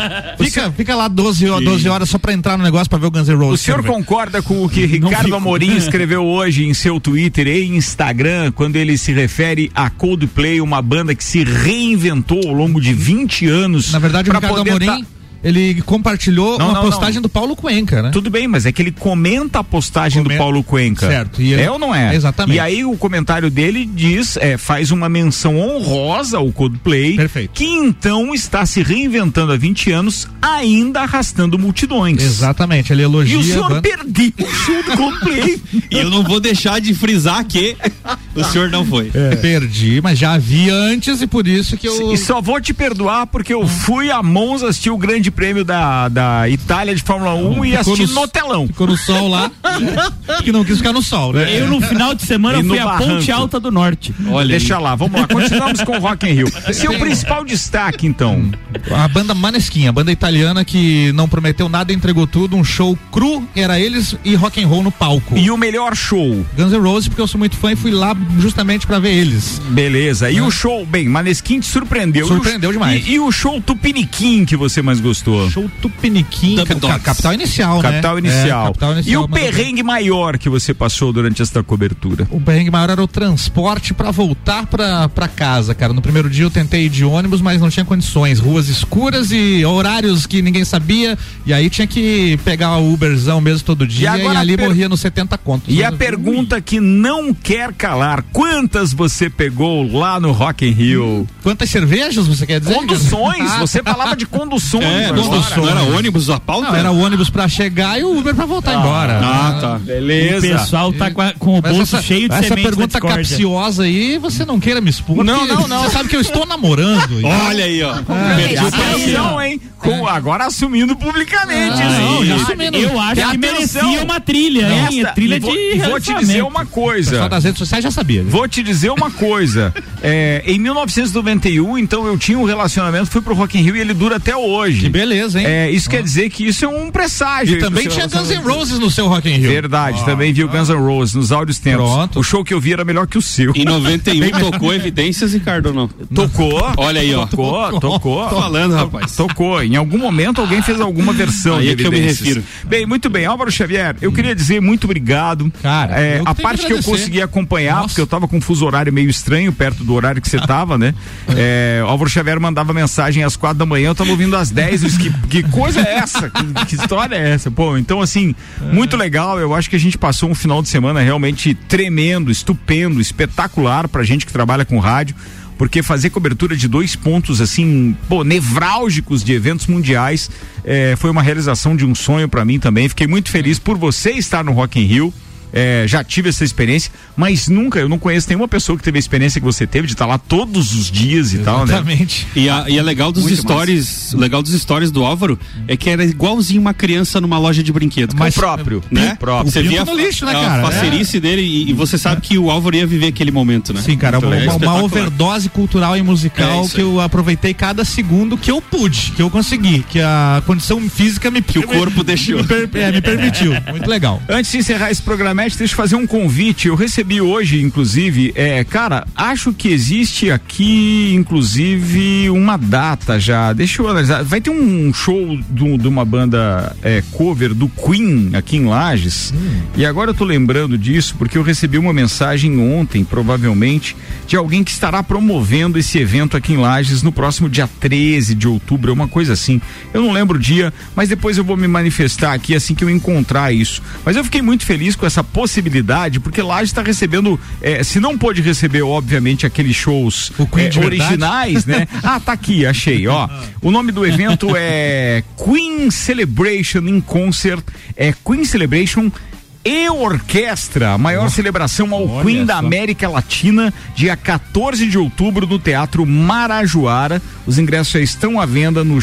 Fica lá 12 horas só pra entrar no negócio pra ver o Guns N' Roses. O senhor concorda com o que Ricardo Amorim escreveu hoje em seu Twitter e Instagram, quando ele se refere a Coldplay, uma banda que se reinventou ao longo de 20 anos. Na verdade, o Ricardo Amorim, ele compartilhou uma postagem do Paulo Cuenca, né? Tudo bem, mas é que ele comenta a postagem do Paulo Cuenca. Certo. E ou não é? Exatamente. E aí o comentário dele diz, faz uma menção honrosa ao Coldplay. Perfeito. Que então está se reinventando há 20 anos, ainda arrastando multidões. Exatamente, ele elogia. E o senhor perdeu o show do Coldplay. E eu não vou deixar de frisar que o senhor não foi. Perdi, mas já havia antes e por isso que eu... E só vou te perdoar porque eu fui a Monza assistir o Grande Prêmio da Itália de Fórmula 1 e assisti no telão. Ficou no sol lá, que não quis ficar no sol, né? Eu no final de semana fui à Ponte Alta do Norte. Olha, deixa lá, vamos lá, continuamos com o Rock in Rio. Seu principal destaque, então? A banda Maneskin, a banda italiana que não prometeu nada, entregou tudo, um show cru, era eles e rock and roll no palco. E o melhor show? Guns N' Roses, porque eu sou muito fã e fui lá justamente pra ver eles. Beleza, e o show, Maneskin te surpreendeu? Surpreendeu demais. E o show Tupiniquim que você mais gostou? Show Tupiniquim, Capital Inicial, né? Capital Inicial. Capital Inicial. E o perrengue maior que você passou durante esta cobertura? O perrengue maior era o transporte pra voltar pra casa, cara. No primeiro dia eu tentei ir de ônibus, mas não tinha condições. Ruas escuras e horários que ninguém sabia. E aí tinha que pegar o Uberzão mesmo todo dia. E ali morria nos 70 contos. E a pergunta que não quer calar, perguntar quantas você pegou lá no Rock in Rio. Quantas cervejas você quer dizer? Conduções, você falava de conduções. Não era ônibus a pauta? Não, era o ônibus pra chegar e o Uber pra voltar embora. Tá. Beleza. O pessoal tá com o bolso cheio de essa sementes pergunta da discórdia. capciosa aí, você não queira me expor. Não. Você sabe que eu estou namorando. Olha aí, ó. Atenção, hein? Agora assumindo publicamente. Já assumindo. Eu acho que merecia uma trilha, hein? Trilha de vou te dizer uma coisa. O pessoal das redes sociais já sabia. Vou te dizer uma coisa. Em 1991, então, eu tinha um relacionamento, fui pro Rock in Rio e ele dura até hoje. Que beleza, hein? Isso quer dizer que isso é um presságio. E também tinha Guns N' Roses no seu Rock in Rio. Verdade, também vi o Guns N' Roses nos áudios tempos. Pronto. O show que eu vi era melhor que o seu. Em 91 tocou Evidências, Ricardo, ou não? Tocou. Olha aí, ó. Tocou. Tô falando, rapaz. Tocou. Em algum momento alguém fez alguma versão aí de é que eu me refiro. Bem, muito bem. Álvaro Xavier, eu queria dizer muito obrigado. Cara, a parte que eu consegui acompanhar, porque eu tava com um fuso horário meio estranho, perto do horário que você tava, né? O Álvaro Xavier mandava mensagem às 4 da manhã, eu tava ouvindo às 10. Que coisa é essa? Que história é essa? Pô, então assim, muito legal. Eu acho que a gente passou um final de semana realmente tremendo, estupendo, espetacular pra gente que trabalha com rádio. Porque fazer cobertura de 2 pontos assim, nevrálgicos de eventos mundiais, foi uma realização de um sonho pra mim também. Fiquei muito feliz por você estar no Rock in Rio. Já tive essa experiência, mas eu não conheço nenhuma pessoa que teve a experiência que você teve de estar lá todos os dias e tal, né? Exatamente. E é legal dos stories, legal dos stories do Álvaro é que era igualzinho uma criança numa loja de brinquedos. Mas próprio, né? Você via no lixo, né, cara? A facerice dele e você sabe que o Álvaro ia viver aquele momento, né? Sim, cara, uma overdose cultural e musical que eu aproveitei cada segundo que eu pude, que eu consegui, que a condição física que o corpo deixou. Me permitiu. Muito legal. Antes de encerrar esse programa, deixa eu fazer um convite. Eu recebi hoje, inclusive, cara, acho que existe aqui, inclusive, uma data já. Deixa eu analisar. Vai ter um show de uma banda cover do Queen aqui em Lages. E agora eu tô lembrando disso porque eu recebi uma mensagem ontem, provavelmente, de alguém que estará promovendo esse evento aqui em Lages no próximo dia 13 de outubro, uma coisa assim. Eu não lembro o dia, mas depois eu vou me manifestar aqui assim que eu encontrar isso. Mas eu fiquei muito feliz com essa possibilidade, porque Lages está recebendo, se não pôde receber, obviamente, aqueles shows originais, né? Tá aqui, achei, ó. O nome do evento é Queen Celebration in Concert, Queen Celebration e Orquestra, a maior celebração ao Queen da América Latina, dia 14 de outubro no Teatro Marajoara. Os ingressos já estão à venda no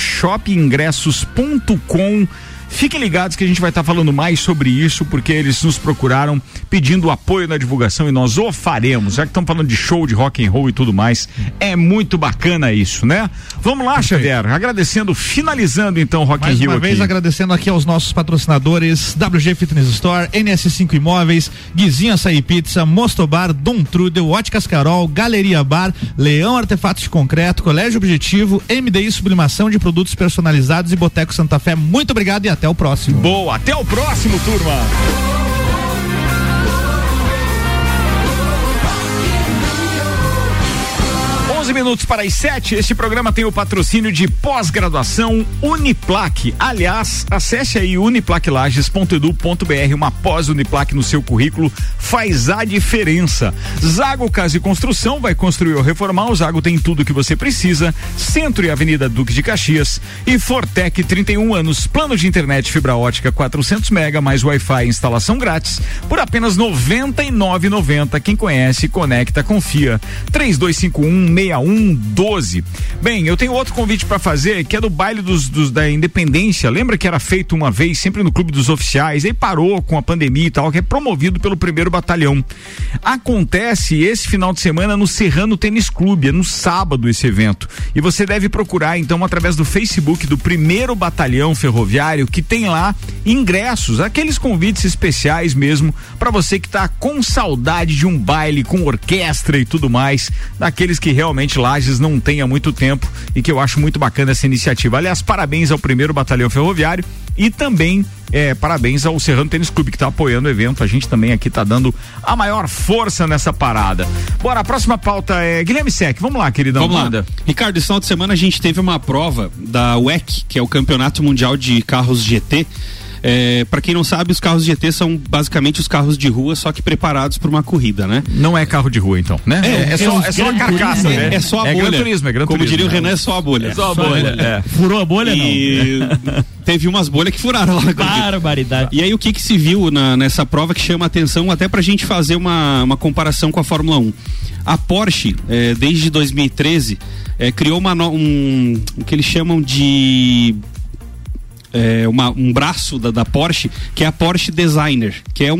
shopingressos.com. Fiquem ligados que a gente vai estar falando mais sobre isso, porque eles nos procuraram pedindo apoio na divulgação e nós o faremos, já que estamos falando de show, de rock and roll e tudo mais. É muito bacana isso, né? Vamos lá, Xavier, agradecendo, finalizando então o Rock in Rio aqui. Mais uma vez agradecendo aqui aos nossos patrocinadores, WG Fitness Store, NS5 Imóveis, Guizinho Açaí Pizza, Mostobar, Dom Trudel, Óticas Carol, Galeria Bar, Leão Artefatos de Concreto, Colégio Objetivo, MDI Sublimação de Produtos Personalizados e Boteco Santa Fé. Muito obrigado e até o próximo. Boa, até o próximo, turma. 11 minutos para as 7. Este programa tem o patrocínio de pós-graduação Uniplac. Aliás, acesse aí uniplaclages.edu.br. Uma pós-Uniplac no seu currículo faz a diferença. Zago Casa e Construção vai construir ou reformar. O Zago tem tudo que você precisa. Centro e Avenida Duque de Caxias. E Fortec, 31 anos. Plano de internet fibra ótica 400 mega mais Wi-Fi, instalação grátis por apenas R$ 99,90. Quem conhece, conecta, confia. 3251-6112. Bem, eu tenho outro convite para fazer, que é do baile da Independência. Lembra que era feito uma vez, sempre no Clube dos Oficiais, aí parou com a pandemia e tal, que é promovido pelo 1º Batalhão. Acontece esse final de semana no Serrano Tênis Clube, é no sábado esse evento. E você deve procurar, então, através do Facebook do 1º Batalhão Ferroviário, que tem lá ingressos, aqueles convites especiais mesmo, para você que tá com saudade de um baile com orquestra e tudo mais, daqueles que realmente Lages não tem há muito tempo e que eu acho muito bacana essa iniciativa. Aliás, parabéns ao 1º Batalhão Ferroviário e também parabéns ao Serrano Tênis Clube que está apoiando o evento. A gente também aqui está dando a maior força nessa parada. Bora, a próxima pauta é Guilherme Sec. Vamos lá, queridão. Vamos lá. Ricardo, esse final de semana a gente teve uma prova da WEC, que é o Campeonato Mundial de Carros GT. Para quem não sabe, os carros GT são basicamente os carros de rua, só que preparados para uma corrida, né? Não é carro de rua, então, né? É só a carcaça, né? É só a bolha. Gran Turismo, Como diria o Renan, é só a bolha. É só a bolha. Furou a bolha, não? Teve umas bolhas que furaram lá na corrida. Barbaridade. E aí o que se viu nessa prova que chama atenção, até pra gente fazer uma comparação com a Fórmula 1. A Porsche, desde 2013, criou o que eles chamam de um braço da Porsche, que é a Porsche Designer, que é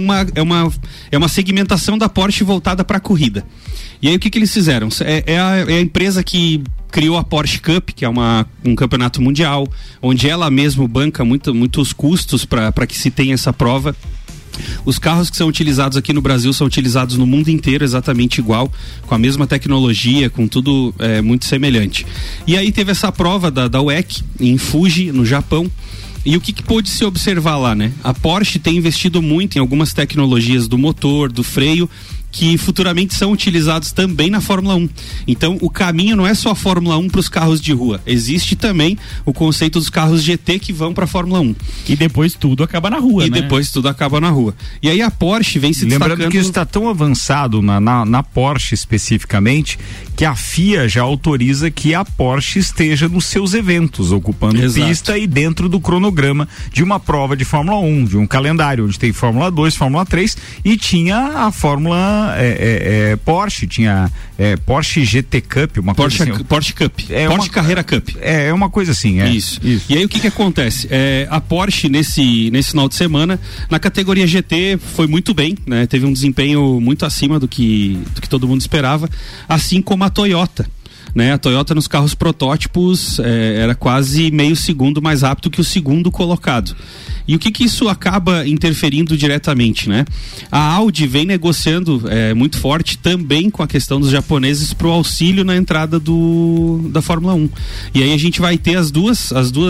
uma segmentação da Porsche voltada para a corrida. E aí o que eles fizeram? É a empresa que criou a Porsche Cup, que é um campeonato mundial, onde ela mesmo banca muitos custos para que se tenha essa prova. Os carros que são utilizados aqui no Brasil são utilizados no mundo inteiro exatamente igual, com a mesma tecnologia, com tudo muito semelhante. E aí teve essa prova da WEC em Fuji, no Japão. E o que pôde se observar lá, né? A Porsche tem investido muito em algumas tecnologias do motor, do freio, que futuramente são utilizados também na Fórmula 1. Então, o caminho não é só a Fórmula 1 para os carros de rua. Existe também o conceito dos carros GT que vão para a Fórmula 1. E depois tudo acaba na rua, né? Depois tudo acaba na rua. E aí a Porsche vem se destacando... Lembrando que isso está tão avançado na Porsche especificamente, que a FIA já autoriza que a Porsche esteja nos seus eventos, ocupando pista e dentro do cronograma de uma prova de Fórmula 1, de um calendário, onde tem Fórmula 2, Fórmula 3 e tinha a Fórmula Porsche, tinha Porsche GT Cup, uma Porsche, coisa assim. Porsche Cup, Porsche Carreira Cup. É uma coisa assim, Isso. E aí o que acontece? A Porsche nesse final de semana, na categoria GT, foi muito bem, né? Teve um desempenho muito acima do que todo mundo esperava, assim como a Toyota. Né? A Toyota nos carros protótipos era quase meio segundo mais rápido que o segundo colocado. E o que isso acaba interferindo diretamente, né? A Audi vem negociando muito forte também com a questão dos japoneses pro auxílio na entrada da Fórmula 1. E aí a gente vai ter as duas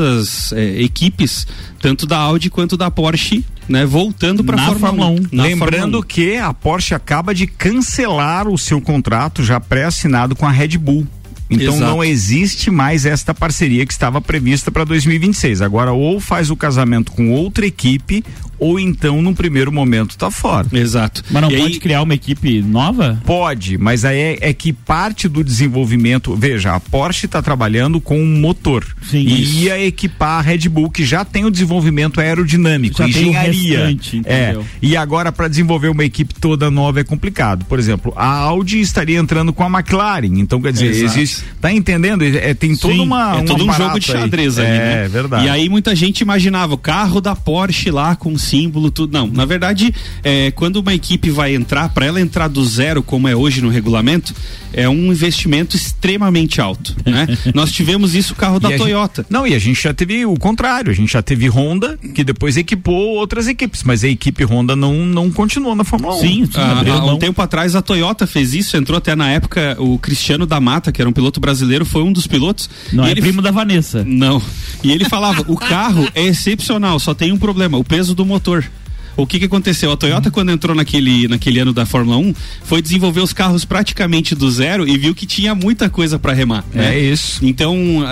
equipes, tanto da Audi quanto da Porsche, né, voltando para a Fórmula 1. Lembrando que a Porsche acaba de cancelar o seu contrato já pré-assinado com a Red Bull. Então não existe mais esta parceria que estava prevista para 2026. Agora ou faz o casamento com outra equipe ou então num primeiro momento tá fora. Exato. Mas não pode criar uma equipe nova? Pode, mas aí é que parte do desenvolvimento, veja, a Porsche está trabalhando com um motor. Sim, e ia equipar a Red Bull, que já tem o desenvolvimento aerodinâmico, já engenharia. Tem o restante, e agora para desenvolver uma equipe toda nova é complicado. Por exemplo, a Audi estaria entrando com a McLaren, então quer dizer, existe, tá entendendo? Tem toda todo um jogo de xadrez ali, né? É verdade. E aí muita gente imaginava o carro da Porsche lá com símbolo, tudo. Não, na verdade, quando uma equipe vai entrar, para ela entrar do zero, como é hoje no regulamento, é um investimento extremamente alto, né? Nós tivemos isso o carro da Toyota. E a gente já teve o contrário, a gente já teve Honda, que depois equipou outras equipes, mas a equipe Honda não continuou na Fórmula 1. Sim, há um tempo atrás a Toyota fez isso, entrou até na época o Cristiano da Mata, que era um piloto brasileiro, foi um dos pilotos. Não é primo da Vanessa. Não. E ele falava, o carro é excepcional, só tem um problema, o peso do motor. O que aconteceu? A Toyota, quando entrou naquele ano da Fórmula 1, foi desenvolver os carros praticamente do zero e viu que tinha muita coisa para remar. Né? É isso. Então,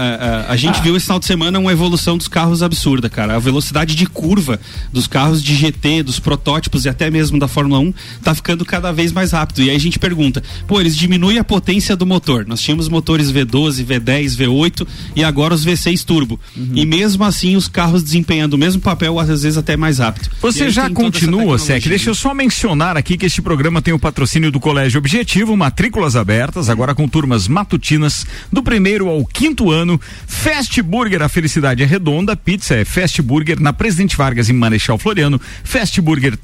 a gente viu esse final de semana uma evolução dos carros absurda, cara. A velocidade de curva dos carros de GT, dos protótipos e até mesmo da Fórmula 1 tá ficando cada vez mais rápido. E aí a gente pergunta, eles diminuem a potência do motor. Nós tínhamos motores V12, V10, V8 e agora os V6 turbo. E mesmo assim os carros desempenhando o mesmo papel, às vezes até mais rápido. Você já continua, Sec. Deixa eu só mencionar aqui que este programa tem o patrocínio do Colégio Objetivo, matrículas abertas, agora com turmas matutinas do 1º ao 5º ano. Fast Burger, a felicidade é redonda. Pizza é Fast Burger na Presidente Vargas em Marechal Floriano. Fast Burger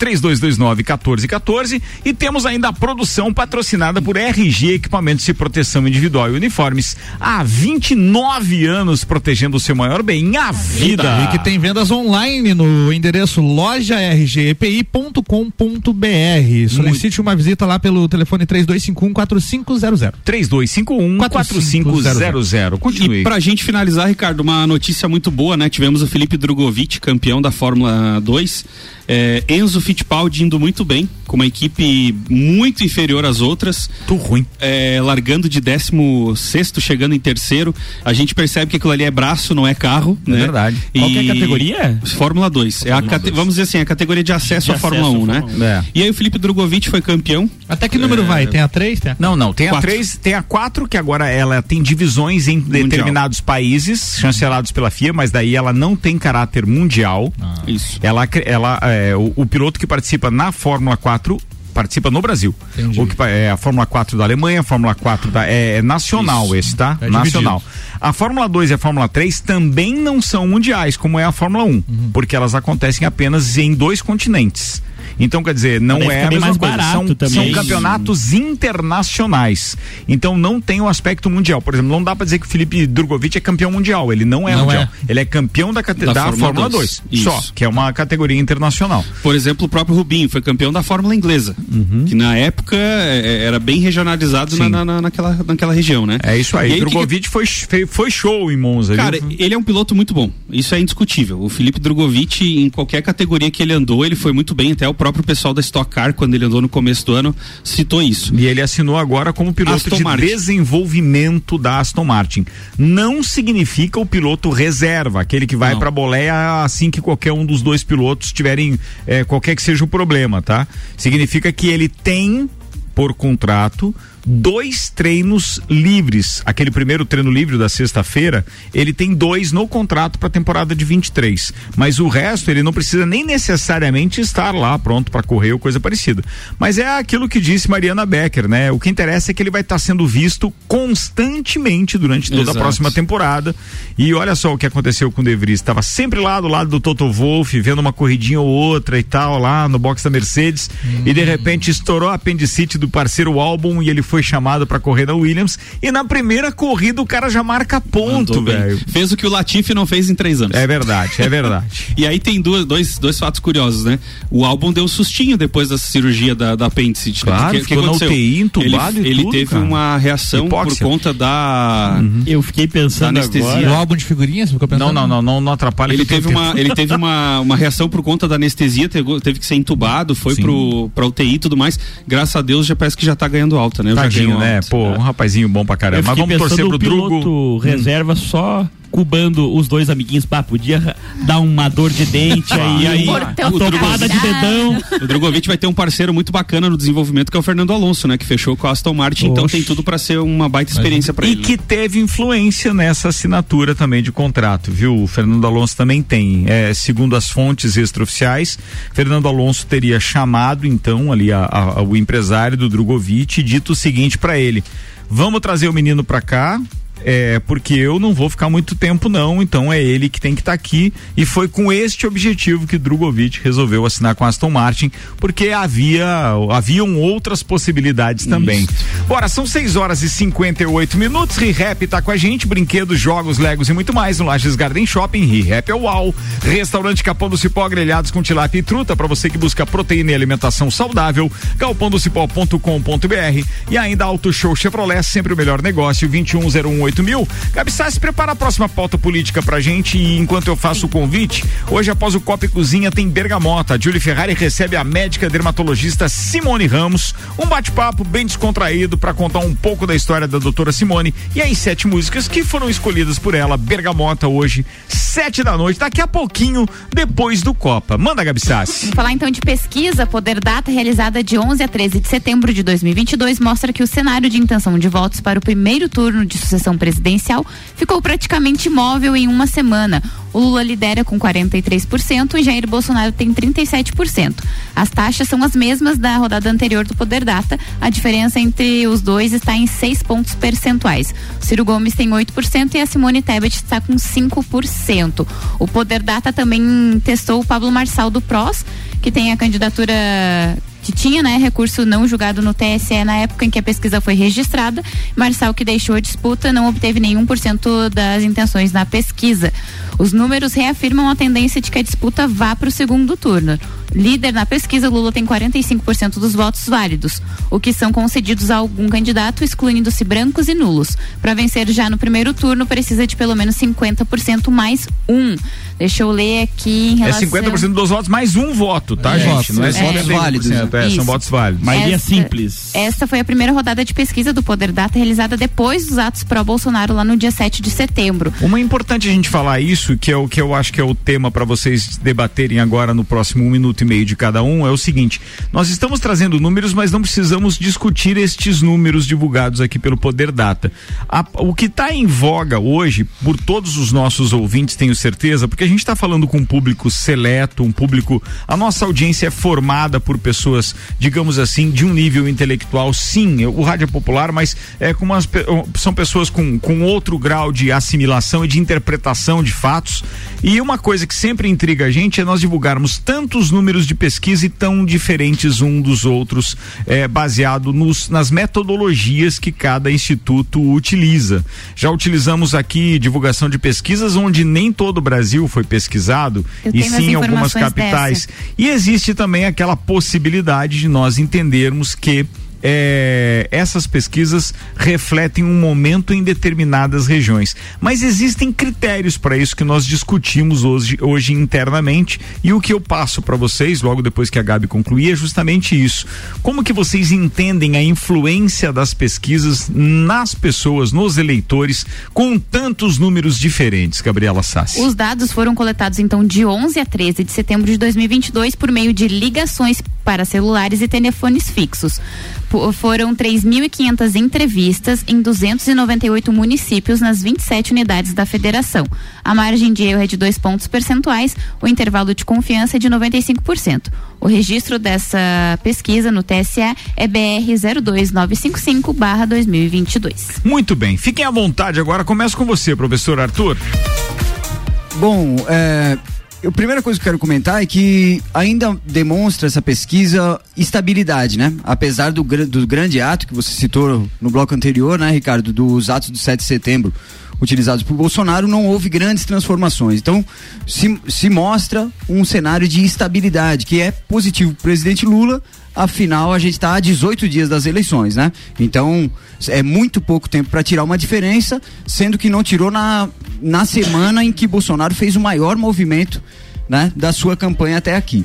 3229-1414. E temos ainda a produção patrocinada por RG Equipamentos de Proteção Individual e Uniformes. Há 29 anos protegendo o seu maior bem, a vida. E que tem vendas online no endereço loja RG epi.com.br. Solicite uma visita lá pelo telefone 3251-4500. 3251-4500. Continue. E pra gente finalizar, Ricardo, uma notícia muito boa, né? Tivemos o Felipe Drogovic, campeão da Fórmula 2. Enzo Fittipaldi indo muito bem, com uma equipe muito inferior às outras. Muito ruim. Largando de 16º, chegando em terceiro. A gente percebe que aquilo ali é braço, não é carro. É, né? Verdade. Qual que é a categoria? Fórmula 2. Vamos dizer assim, a categoria de acesso à Fórmula 1, né? E aí o Felipe Drogovic foi campeão. Até que número vai? Tem a 3? Não, tem a 3, tem a 4, que agora ela tem divisões em determinados países, chancelados pela FIA, mas daí ela não tem caráter mundial. Isso. O piloto que participa na Fórmula 4 participa no Brasil. O que é a Fórmula 4 da Alemanha, a Fórmula 4 é nacional. Isso. Esse, tá? Nacional. A Fórmula 2 e a Fórmula 3 também não são mundiais, como é a Fórmula 1, porque elas acontecem apenas em 2 continentes. Então, quer dizer, não é a mesma coisa. São campeonatos internacionais. Então, não tem o aspecto mundial. Por exemplo, não dá pra dizer que o Felipe Drogovic é campeão mundial. Ele não é mundial. Ele é campeão da Fórmula 2. Só, que é uma categoria internacional. Por exemplo, o próprio Rubinho foi campeão da Fórmula Inglesa, que na época era bem regionalizado naquela região, né? É isso aí. Drogovic foi show em Monza. Cara, ele é um piloto muito bom. Isso é indiscutível. O Felipe Drogovic, em qualquer categoria que ele andou, ele foi muito bem. Até o próprio pessoal da Stock Car, quando ele andou no começo do ano, citou isso. E ele assinou agora como piloto de desenvolvimento da Aston Martin. Não significa o piloto reserva, aquele que vai pra boleia assim que qualquer um dos 2 pilotos tiverem qualquer que seja o problema, tá? Significa que ele tem, por contrato, 2 treinos livres. Aquele primeiro treino livre da sexta-feira, ele tem 2 no contrato para a temporada de 23. Mas o resto ele não precisa nem necessariamente estar lá pronto para correr ou coisa parecida. Mas é aquilo que disse Mariana Becker, né? O que interessa é que ele vai estar sendo visto constantemente durante toda a próxima temporada. E olha só o que aconteceu com o De Vries. Estava sempre lá do lado do Toto Wolff, vendo uma corridinha ou outra e tal, lá no box da Mercedes. E de repente estourou a apendicite do parceiro Albon e ele foi chamado para correr na Williams, e na primeira corrida o cara já marca ponto, velho. Fez o que o Latifi não fez em 3 anos. É verdade. E aí tem dois fatos curiosos, né? O Albon deu um sustinho depois da cirurgia da apêndice. Claro, que ficou na UTI, entubado ele teve uma reação hipóxia. Por conta da... Eu fiquei pensando anestesia. Agora. O álbum de figurinhas? Não atrapalha. Ele teve uma reação por conta da anestesia, teve que ser entubado, foi pra UTI e tudo mais. Graças a Deus, já parece que já tá ganhando alta, né? Tadinho, né? Pô, um rapazinho bom pra caramba. Mas vamos torcer pro Drugo. O piloto reserva só cubando os 2 amiguinhos, podia dar uma dor de dente aí a topada de dedão. O Drogovic vai ter um parceiro muito bacana no desenvolvimento, que é o Fernando Alonso, né? Que fechou com a Aston Martin, então tem tudo pra ser uma baita experiência pra ele. E que teve influência nessa assinatura também de contrato, viu? O Fernando Alonso também tem, segundo as fontes extraoficiais, Fernando Alonso teria chamado então ali o empresário do Drogovic e dito o seguinte pra ele: vamos trazer o menino pra cá, porque eu não vou ficar muito tempo não, então é ele que tem que estar aqui, e foi com este objetivo que Drogovic resolveu assinar com a Aston Martin, porque haviam outras possibilidades também. Bora, são 6h58, ReHap tá com a gente, brinquedos, jogos, legos e muito mais no Lages Garden Shopping. ReHap é o UAU, restaurante Capão do Cipó, grelhados com tilápia e truta para você que busca proteína e alimentação saudável, galpondocipó.com.br, e ainda Auto Show Chevrolet, sempre o melhor negócio, 21018000. Gabi Sassi, prepara a próxima pauta política pra gente, e enquanto eu faço o convite, hoje após o Copa e Cozinha tem Bergamota. A Julie Ferrari recebe a médica dermatologista Simone Ramos, um bate-papo bem descontraído para contar um pouco da história da doutora Simone e as 7 músicas que foram escolhidas por ela. Bergamota hoje, 7 da noite, daqui a pouquinho, depois do Copa. Manda, Gabi Sassi. Vamos falar então de pesquisa. Poder Data, realizada de 11 a 13 de setembro de 2022, mostra que o cenário de intenção de votos para o primeiro turno de sucessão presidencial ficou praticamente imóvel em uma semana. O Lula lidera com 43% e Jair Bolsonaro tem 37%. As taxas são as mesmas da rodada anterior do Poder Data. A diferença entre os dois está em 6 pontos percentuais. O Ciro Gomes tem 8% e a Simone Tebet está com 5%. O Poder Data também testou o Pablo Marçal do PROS, que tem a candidatura que tinha, né, recurso não julgado no TSE na época em que a pesquisa foi registrada. Marçal, que deixou a disputa, não obteve nenhum por cento das intenções na pesquisa. Os números reafirmam a tendência de que a disputa vá para o segundo turno. Líder na pesquisa, Lula tem 45% dos votos válidos, o que são concedidos a algum candidato, excluindo-se brancos e nulos. Para vencer já no primeiro turno, precisa de pelo menos 50% mais um. Deixa eu ler aqui em relação... É 50% dos votos mais um voto, tá, gente? Não é votos válidos. São votos válidos. Maioria simples. Esta foi a primeira rodada de pesquisa do Poder Data realizada depois dos atos pró-Bolsonaro lá no dia 7 de setembro. Uma importante a gente falar isso, que é o que eu acho que é o tema para vocês debaterem agora no próximo 1 minuto e meio de cada um, é o seguinte: nós estamos trazendo números, mas não precisamos discutir estes números divulgados aqui pelo Poder Data. O que está em voga hoje, por todos os nossos ouvintes, tenho certeza, porque a gente está falando com um público seleto, um público, a nossa audiência é formada por pessoas, digamos assim, de um nível intelectual, sim, o rádio é popular, mas são pessoas com outro grau de assimilação e de interpretação de fatos. E uma coisa que sempre intriga a gente é nós divulgarmos tantos números de pesquisa e tão diferentes um dos outros, baseado nas metodologias que cada instituto utiliza. Já utilizamos aqui divulgação de pesquisas onde nem todo o Brasil foi pesquisado, e sim algumas capitais. E existe também aquela possibilidade de nós entendermos que essas pesquisas refletem um momento em determinadas regiões, mas existem critérios para isso que nós discutimos hoje internamente, e o que eu passo para vocês logo depois que a Gabi concluir é justamente isso. Como que vocês entendem a influência das pesquisas nas pessoas, nos eleitores, com tantos números diferentes, Gabriela Sassi? Os dados foram coletados então de 11 a 13 de setembro de 2022 por meio de ligações para celulares e telefones fixos. Foram 3.500 entrevistas em 298 municípios nas 27 unidades da federação. A margem de erro é de 2 pontos percentuais, o intervalo de confiança é de 95%. O registro dessa pesquisa no TSE é BR 02955/2022. Muito bem, fiquem à vontade agora, começo com você, professor Arthur. Bom, a primeira coisa que eu quero comentar é que ainda demonstra essa pesquisa estabilidade, né? Apesar do grande ato que você citou no bloco anterior, né, Ricardo, dos atos do 7 de setembro utilizados por Bolsonaro, não houve grandes transformações. Então, se mostra um cenário de estabilidade, que é positivo para o presidente Lula. Afinal, a gente está a 18 dias das eleições, né? Então, é muito pouco tempo para tirar uma diferença, sendo que não tirou na semana em que Bolsonaro fez o maior movimento, né, da sua campanha até aqui.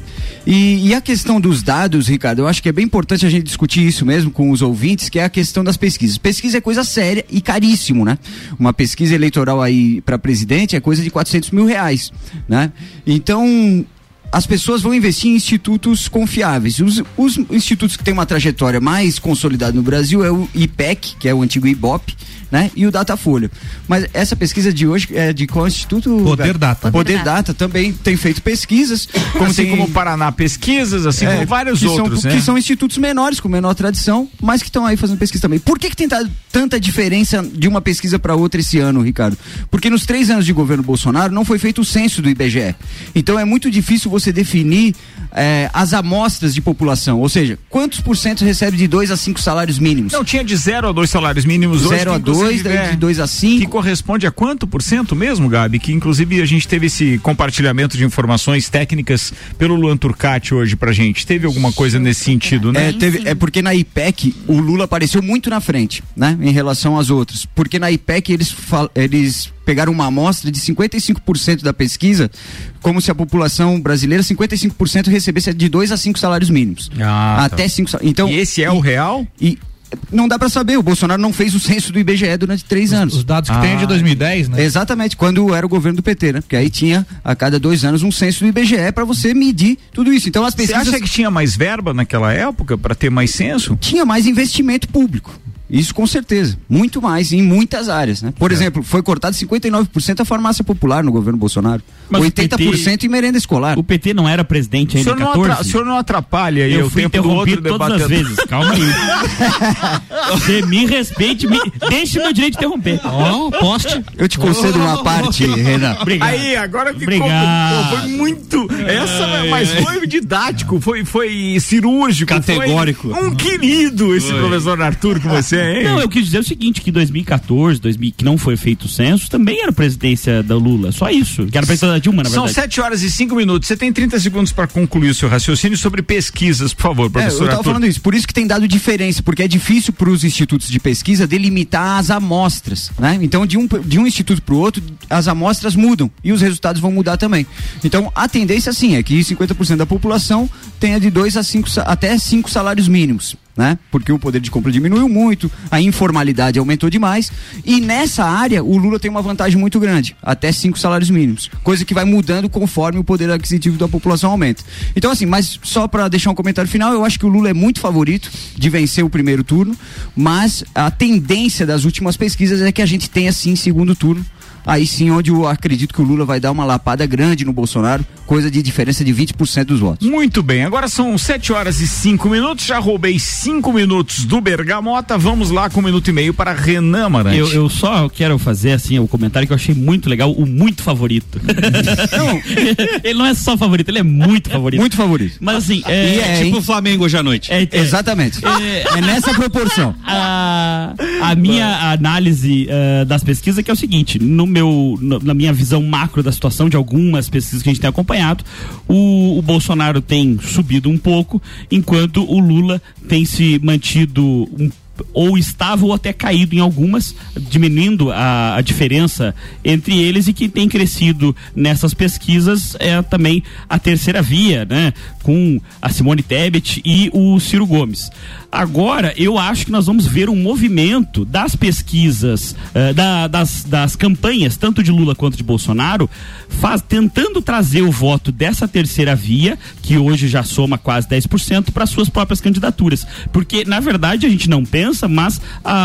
E a questão dos dados, Ricardo, eu acho que é bem importante a gente discutir isso mesmo com os ouvintes, que é a questão das pesquisas. Pesquisa é coisa séria e caríssimo, né? Uma pesquisa eleitoral aí para presidente é coisa de R$400 mil, né? Então, as pessoas vão investir em institutos confiáveis. Os institutos que têm uma trajetória mais consolidada no Brasil é o IPEC, que é o antigo IBOP, né? E o Datafolha. Mas essa pesquisa de hoje é de qual instituto? Poder Data. Poder Data também tem feito pesquisas. Como o Paraná Pesquisas, assim como vários outros, né? Que são institutos menores, com menor tradição, mas que estão aí fazendo pesquisa também. Por que tem tanta diferença de uma pesquisa para outra esse ano, Ricardo? Porque nos 3 anos de governo Bolsonaro não foi feito o censo do IBGE. Então é muito difícil você definir as amostras de população, ou seja, quantos por cento recebe de 2 a 5 salários mínimos? Não, tinha de 0 a 2 salários mínimos hoje. 0 a 2, de 2 a 5. Que corresponde a quanto por cento mesmo, Gabi? Que inclusive a gente teve esse compartilhamento de informações técnicas pelo Luan Turcati hoje pra gente. Teve alguma coisa nesse sentido, né? É porque na IPEC o Lula apareceu muito na frente, né? Em relação às outras. Porque na IPEC eles pegaram uma amostra de 55% da pesquisa, como se a população brasileira, 55% recebesse de 2 a 5 salários mínimos. Até 5 salários. Então, e esse é o real? Não dá pra saber, o Bolsonaro não fez o censo do IBGE durante 3 anos. Os dados que tem é de 2010, né? Exatamente, quando era o governo do PT, né? Porque aí tinha a cada 2 anos um censo do IBGE pra você medir tudo isso. Então as pesquisas... Você acha que tinha mais verba naquela época pra ter mais censo? Tinha mais investimento público. Isso com certeza, muito mais em muitas áreas, né? Por exemplo, foi cortado 59% a farmácia popular no governo Bolsonaro, mas 80% em merenda escolar. O PT não era presidente ainda em 14? O senhor não atrapalha aí eu o fui tempo do outro todas as vezes, calma aí. Você me respeite, deixe meu direito de interromper. Poste. Eu te concedo uma parte, Renan. Obrigado. Aí, agora ficou, foi muito, mas foi didático, foi cirúrgico, categórico. Foi um querido esse professor Arthur com você. Não, eu quis dizer o seguinte, que 2014, que não foi feito o censo, também era presidência da Lula, só isso, que era presidência da Dilma, na verdade. São 7h05, você tem 30 segundos para concluir o seu raciocínio sobre pesquisas, por favor, professor eu tava falando isso, por isso que tem dado diferença, porque é difícil para os institutos de pesquisa delimitar as amostras, né? Então, de um instituto para o outro, as amostras mudam, e os resultados vão mudar também. Então, a tendência, sim, é que 50% da população tenha de 2 a 5, até 5 salários mínimos, né? Porque o poder de compra diminuiu muito, a informalidade aumentou demais, e nessa área o Lula tem uma vantagem muito grande, até 5 salários mínimos, coisa que vai mudando conforme o poder aquisitivo da população aumenta. Então, assim, mas só para deixar um comentário final, eu acho que o Lula é muito favorito de vencer o primeiro turno, mas a tendência das últimas pesquisas é que a gente tenha sim segundo turno. Aí sim, onde eu acredito que o Lula vai dar uma lapada grande no Bolsonaro, coisa de diferença de 20% dos votos. Muito bem, agora são 7h05, já roubei 5 minutos do Bergamota, vamos lá com 1 minuto e meio para Renan Marante. Eu só quero fazer assim o comentário que eu achei muito legal, o muito favorito. Ele não é só favorito, ele é muito favorito. Muito favorito. Mas assim, tipo o Flamengo hoje à noite. Exatamente. É nessa proporção. A minha análise das pesquisas é que é o seguinte, na minha visão macro da situação de algumas pesquisas que a gente tem acompanhado, o Bolsonaro tem subido um pouco, enquanto o Lula tem se mantido ou estava ou até caído em algumas, diminuindo a diferença entre eles, e que tem crescido nessas pesquisas também a terceira via, né? Com a Simone Tebet e o Ciro Gomes. Agora, eu acho que nós vamos ver um movimento das pesquisas, das campanhas, tanto de Lula quanto de Bolsonaro, tentando trazer o voto dessa terceira via, que hoje já soma quase 10%, para suas próprias candidaturas. Porque, na verdade, a gente não pensa, mas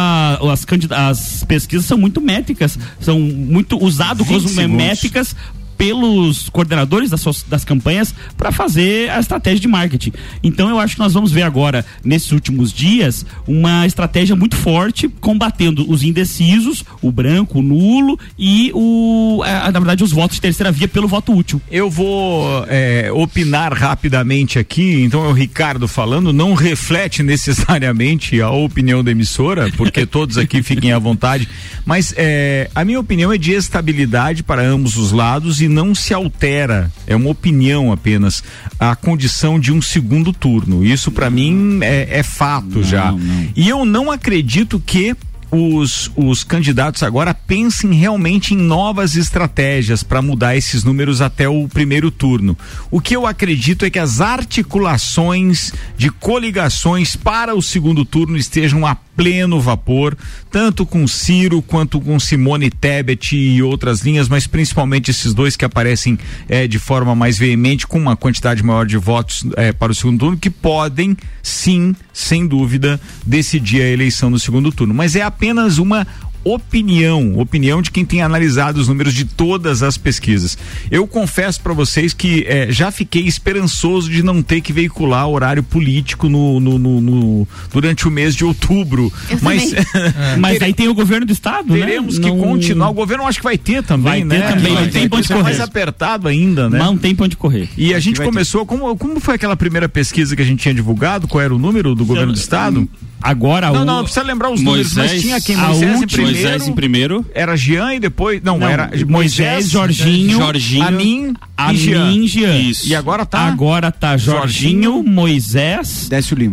as pesquisas são muito métricas, são muito usadas como métricas pelos coordenadores das campanhas para fazer a estratégia de marketing. Então eu acho que nós vamos ver agora, nesses últimos dias, uma estratégia muito forte, combatendo os indecisos, o branco, o nulo e na verdade os votos de terceira via pelo voto útil. Eu vou opinar rapidamente aqui, então é o Ricardo falando, não reflete necessariamente a opinião da emissora, porque todos aqui fiquem à vontade, mas a minha opinião é de estabilidade para ambos os lados e não se altera, é uma opinião apenas, a condição de um segundo turno. Isso para mim é fato já. E eu não acredito que os candidatos agora pensem realmente em novas estratégias para mudar esses números até o primeiro turno. O que eu acredito é que as articulações de coligações para o segundo turno estejam a pleno vapor, tanto com Ciro quanto com Simone Tebet e outras linhas, mas principalmente esses dois que aparecem de forma mais veemente, com uma quantidade maior de votos para o segundo turno, que podem sim, sem dúvida, decidir a eleição no segundo turno. Mas é apenas uma opinião de quem tem analisado os números de todas as pesquisas. Eu confesso para vocês que já fiquei esperançoso de não ter que veicular horário político durante o mês de outubro. Mas aí tem o governo do estado, teremos que continuar. O governo acho que vai ter também, Vai ter ponto de correr. Mais apertado ainda, né? Não tem ponto de correr. E a gente começou, como foi aquela primeira pesquisa que a gente tinha divulgado? Qual era o número do governo do estado? Agora não precisa lembrar os números, mas tinha quem? Moisés em primeiro. Era Jean e depois era Moisés, Jorginho, Amin e Jean. Isso. E agora tá Jorginho, Moisés, Décio Lima.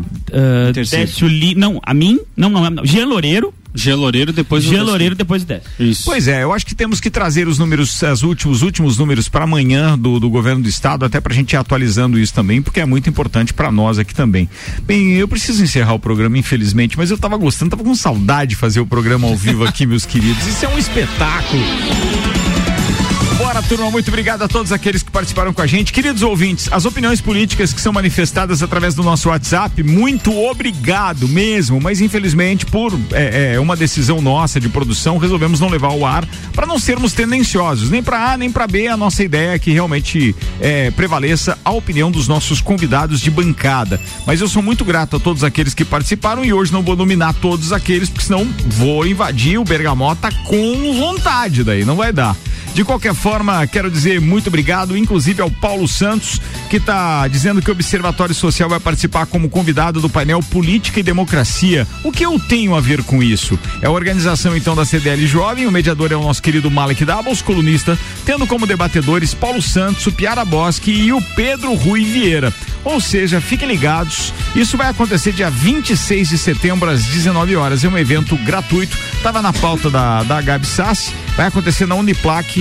Amin, Jean Loureiro. Depois de 10. Isso. Pois eu acho que temos que trazer os números, os últimos números para amanhã do governo do estado, até pra gente ir atualizando isso também, porque é muito importante para nós aqui também. Bem, eu preciso encerrar o programa, infelizmente, mas eu tava gostando, tava com saudade de fazer o programa ao vivo aqui, meus queridos. Isso é um espetáculo. Vambora, turma, muito obrigado a todos aqueles que participaram com a gente. Queridos ouvintes, as opiniões políticas que são manifestadas através do nosso WhatsApp, muito obrigado mesmo, mas infelizmente por uma decisão nossa de produção, resolvemos não levar ao ar para não sermos tendenciosos, nem para A nem para B. A nossa ideia é que realmente prevaleça a opinião dos nossos convidados de bancada, mas eu sou muito grato a todos aqueles que participaram e hoje não vou nominar todos aqueles, porque senão vou invadir o Bergamota com vontade, daí não vai dar. De qualquer forma, quero dizer muito obrigado, inclusive ao Paulo Santos, que está dizendo que o Observatório Social vai participar como convidado do painel Política e Democracia. O que eu tenho a ver com isso? É a organização então da CDL Jovem, o mediador é o nosso querido Malek Doubles, colunista, tendo como debatedores Paulo Santos, o Piara Bosque e o Pedro Rui Vieira. Ou seja, fiquem ligados, isso vai acontecer dia 26 de setembro às 19 horas, é um evento gratuito, estava na pauta da Gabi Sassi, vai acontecer na Uniplac,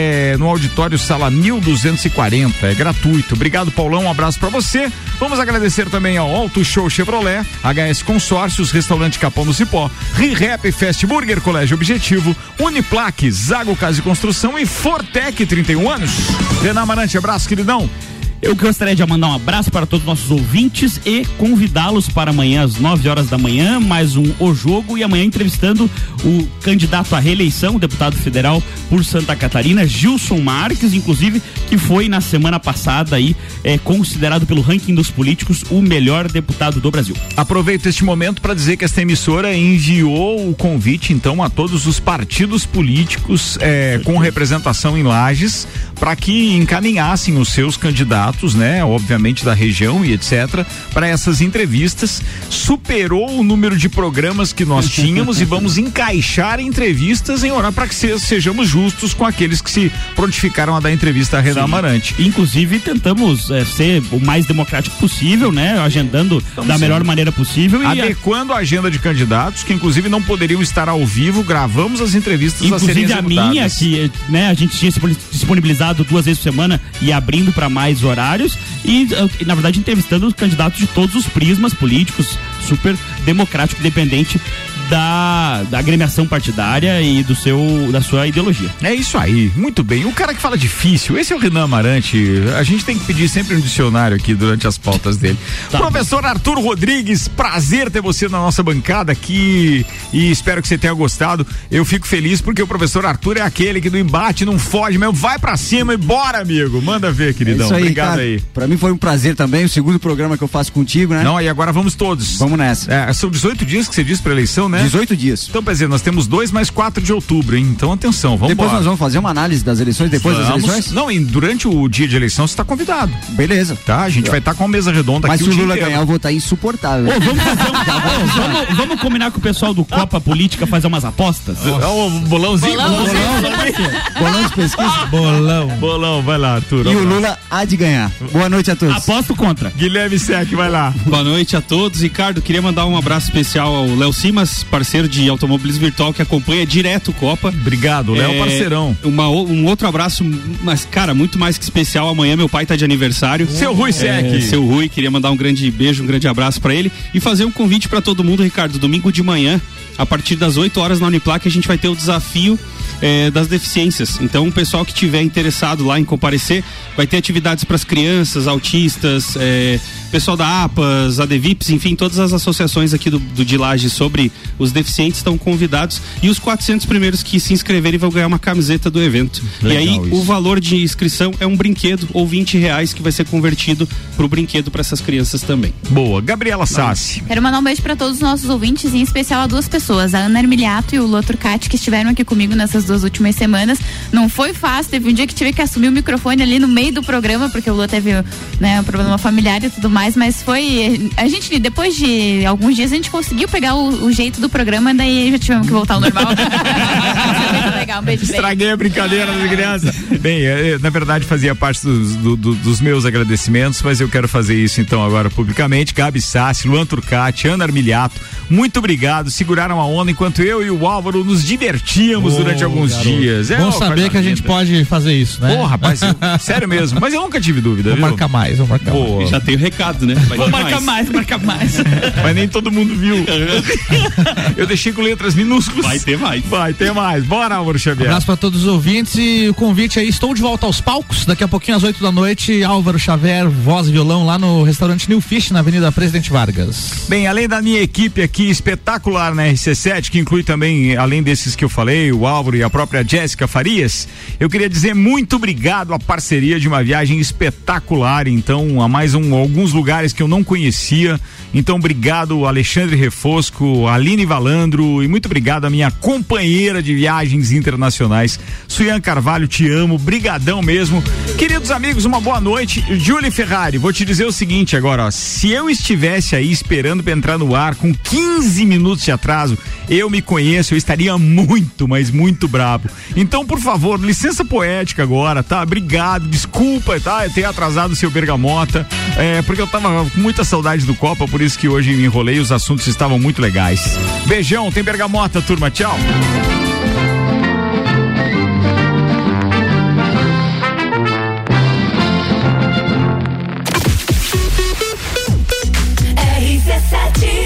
no auditório sala 1240, é gratuito. Obrigado, Paulão, um abraço pra você. Vamos agradecer também ao Auto Show Chevrolet, HS Consórcios, Restaurante Capão do Cipó, ReHap Fast Burger, Colégio Objetivo, Uniplac, Zago Casa e Construção e Fortec 31 anos. Renan Amarante, abraço, queridão. Eu gostaria de mandar um abraço para todos os nossos ouvintes e convidá-los para amanhã às 9 horas da manhã, mais um O Jogo, e amanhã entrevistando o candidato à reeleição, o deputado federal por Santa Catarina, Gilson Marques, inclusive, que foi na semana passada aí considerado pelo ranking dos políticos o melhor deputado do Brasil. Aproveito este momento para dizer que esta emissora enviou o convite então a todos os partidos políticos com representação em Lages para que encaminhassem os seus candidatos, né, obviamente da região e etc, para essas entrevistas. Superou o número de programas que nós tínhamos e vamos encaixar entrevistas em horário para que sejamos justos com aqueles que se prontificaram a dar entrevista a Renan Amarante. Inclusive tentamos ser o mais democrático possível, né, agendando da melhor maneira possível, adequando a agenda de candidatos que inclusive não poderiam estar ao vivo. Gravamos as entrevistas inclusive a serem executadas. A minha, que né, a gente tinha disponibilizado 2 vezes por semana e abrindo para mais horários e na verdade entrevistando os candidatos de todos os prismas políticos, super democrático, independente da agremiação partidária e da sua ideologia. É isso aí, muito bem. O cara que fala difícil, esse é o Renan Amarante. A gente tem que pedir sempre um dicionário aqui durante as pautas dele. Tá. Professor Arthur Rodrigues, prazer ter você na nossa bancada aqui e espero que você tenha gostado. Eu fico feliz porque o professor Arthur é aquele que no embate não foge mesmo, vai pra cima e bora, amigo. Manda ver, queridão. Isso aí, obrigado, cara, aí. Pra mim foi um prazer também, o segundo programa que eu faço contigo, né? Não, e agora vamos todos. Vamos nessa. São 18 dias que você disse pra eleição, né? 18 dias. Então, quer dizer, nós temos 2 mais 4 de outubro, hein? Então, atenção, vamos Depois nós vamos fazer uma análise das eleições, das eleições? Não, durante o dia de eleição você está convidado. Beleza. Tá, a gente vai estar com uma mesa redonda aqui. Mas se o Lula ganhar, eu vou estar insuportável. Vamos combinar com o pessoal do Copa Política fazer umas apostas? O bolãozinho? Bolão de pesquisa? Bolão, vai lá, Arthur. E o Lula há de ganhar. Boa noite a todos. Aposto contra. Guilherme Sec, vai lá. Boa noite a todos. Ricardo, queria mandar um abraço especial ao Léo Simas, parceiro de automobilismo virtual, que acompanha direto Copa. Obrigado, Léo, parceirão. Um outro abraço, mas cara, muito mais que especial. Amanhã meu pai tá de aniversário. Seu Rui Sec. Seu Rui, queria mandar um grande beijo, um grande abraço pra ele e fazer um convite pra todo mundo, Ricardo. Domingo de manhã, a partir das 8 horas na Uniplac, a gente vai ter o desafio das deficiências. Então, o pessoal que tiver interessado lá em comparecer, vai ter atividades para as crianças, autistas, pessoal da APAS, ADVIPS, enfim, todas as associações aqui do de Lages sobre os deficientes estão convidados e os 400 primeiros que se inscreverem vão ganhar uma camiseta do evento. Legal, e aí, isso. O valor de inscrição é um brinquedo ou R$20 que vai ser convertido pro brinquedo para essas crianças também. Boa. Gabriela Sassi. Quero mandar um beijo para todos os nossos ouvintes, em especial a 2 pessoas, a Ana Armiliato e o Lô Turcati, que estiveram aqui comigo nessas 2 últimas semanas. Não foi fácil, teve um dia que tive que assumir o microfone ali no meio do programa, porque o Lô teve, né, um problema familiar e tudo mais, mas foi, a gente, depois de alguns dias, a gente conseguiu pegar o jeito do programa, daí já tivemos que voltar ao normal. Muito legal, um beijo. Estraguei a brincadeira das crianças. Bem, na verdade fazia parte dos meus agradecimentos, mas eu quero fazer isso então agora publicamente. Gabi Sassi, Luan Turcati, Ana Armiliato, muito obrigado, seguraram a onda enquanto eu e o Álvaro nos divertíamos durante alguns dias. Bom saber que a gente pode fazer isso, né? Pô, rapaz, sério mesmo, mas eu nunca tive dúvida. Vou marcar mais. Já tem o recado, né? Vou marcar mais. Mas nem todo mundo viu. Eu deixei com letras minúsculas. Vai ter mais. Vai ter mais. Bora, Álvaro Xavier. Abraço pra todos os ouvintes e o convite aí, estou de volta aos palcos, daqui a pouquinho às 8 da noite, Álvaro Xavier, voz e violão lá no restaurante New Fish, na Avenida Presidente Vargas. Bem, além da minha equipe aqui espetacular na RC7, que inclui também, além desses que eu falei, o Álvaro e a própria Jéssica Farias, eu queria dizer muito obrigado à parceria de uma viagem espetacular, então, a mais alguns lugares que eu não conhecia. Então, obrigado Alexandre Refosco, Aline Valandro e muito obrigado à minha companheira de viagens internacionais, Suyan Carvalho, te amo, brigadão mesmo. Queridos amigos, uma boa noite. Julie Ferrari, vou te dizer o seguinte agora, ó, se eu estivesse aí esperando pra entrar no ar com 15 minutos de atraso, eu me conheço, eu estaria muito, mas muito brabo. Então, por favor, licença poética agora, tá? Obrigado, desculpa, tá? Eu ter atrasado o seu Bergamota, porque eu tava com muita saudade do Copa, por isso que hoje me enrolei, os assuntos estavam muito legais. Beijão, tem Bergamota, turma, tchau. RC7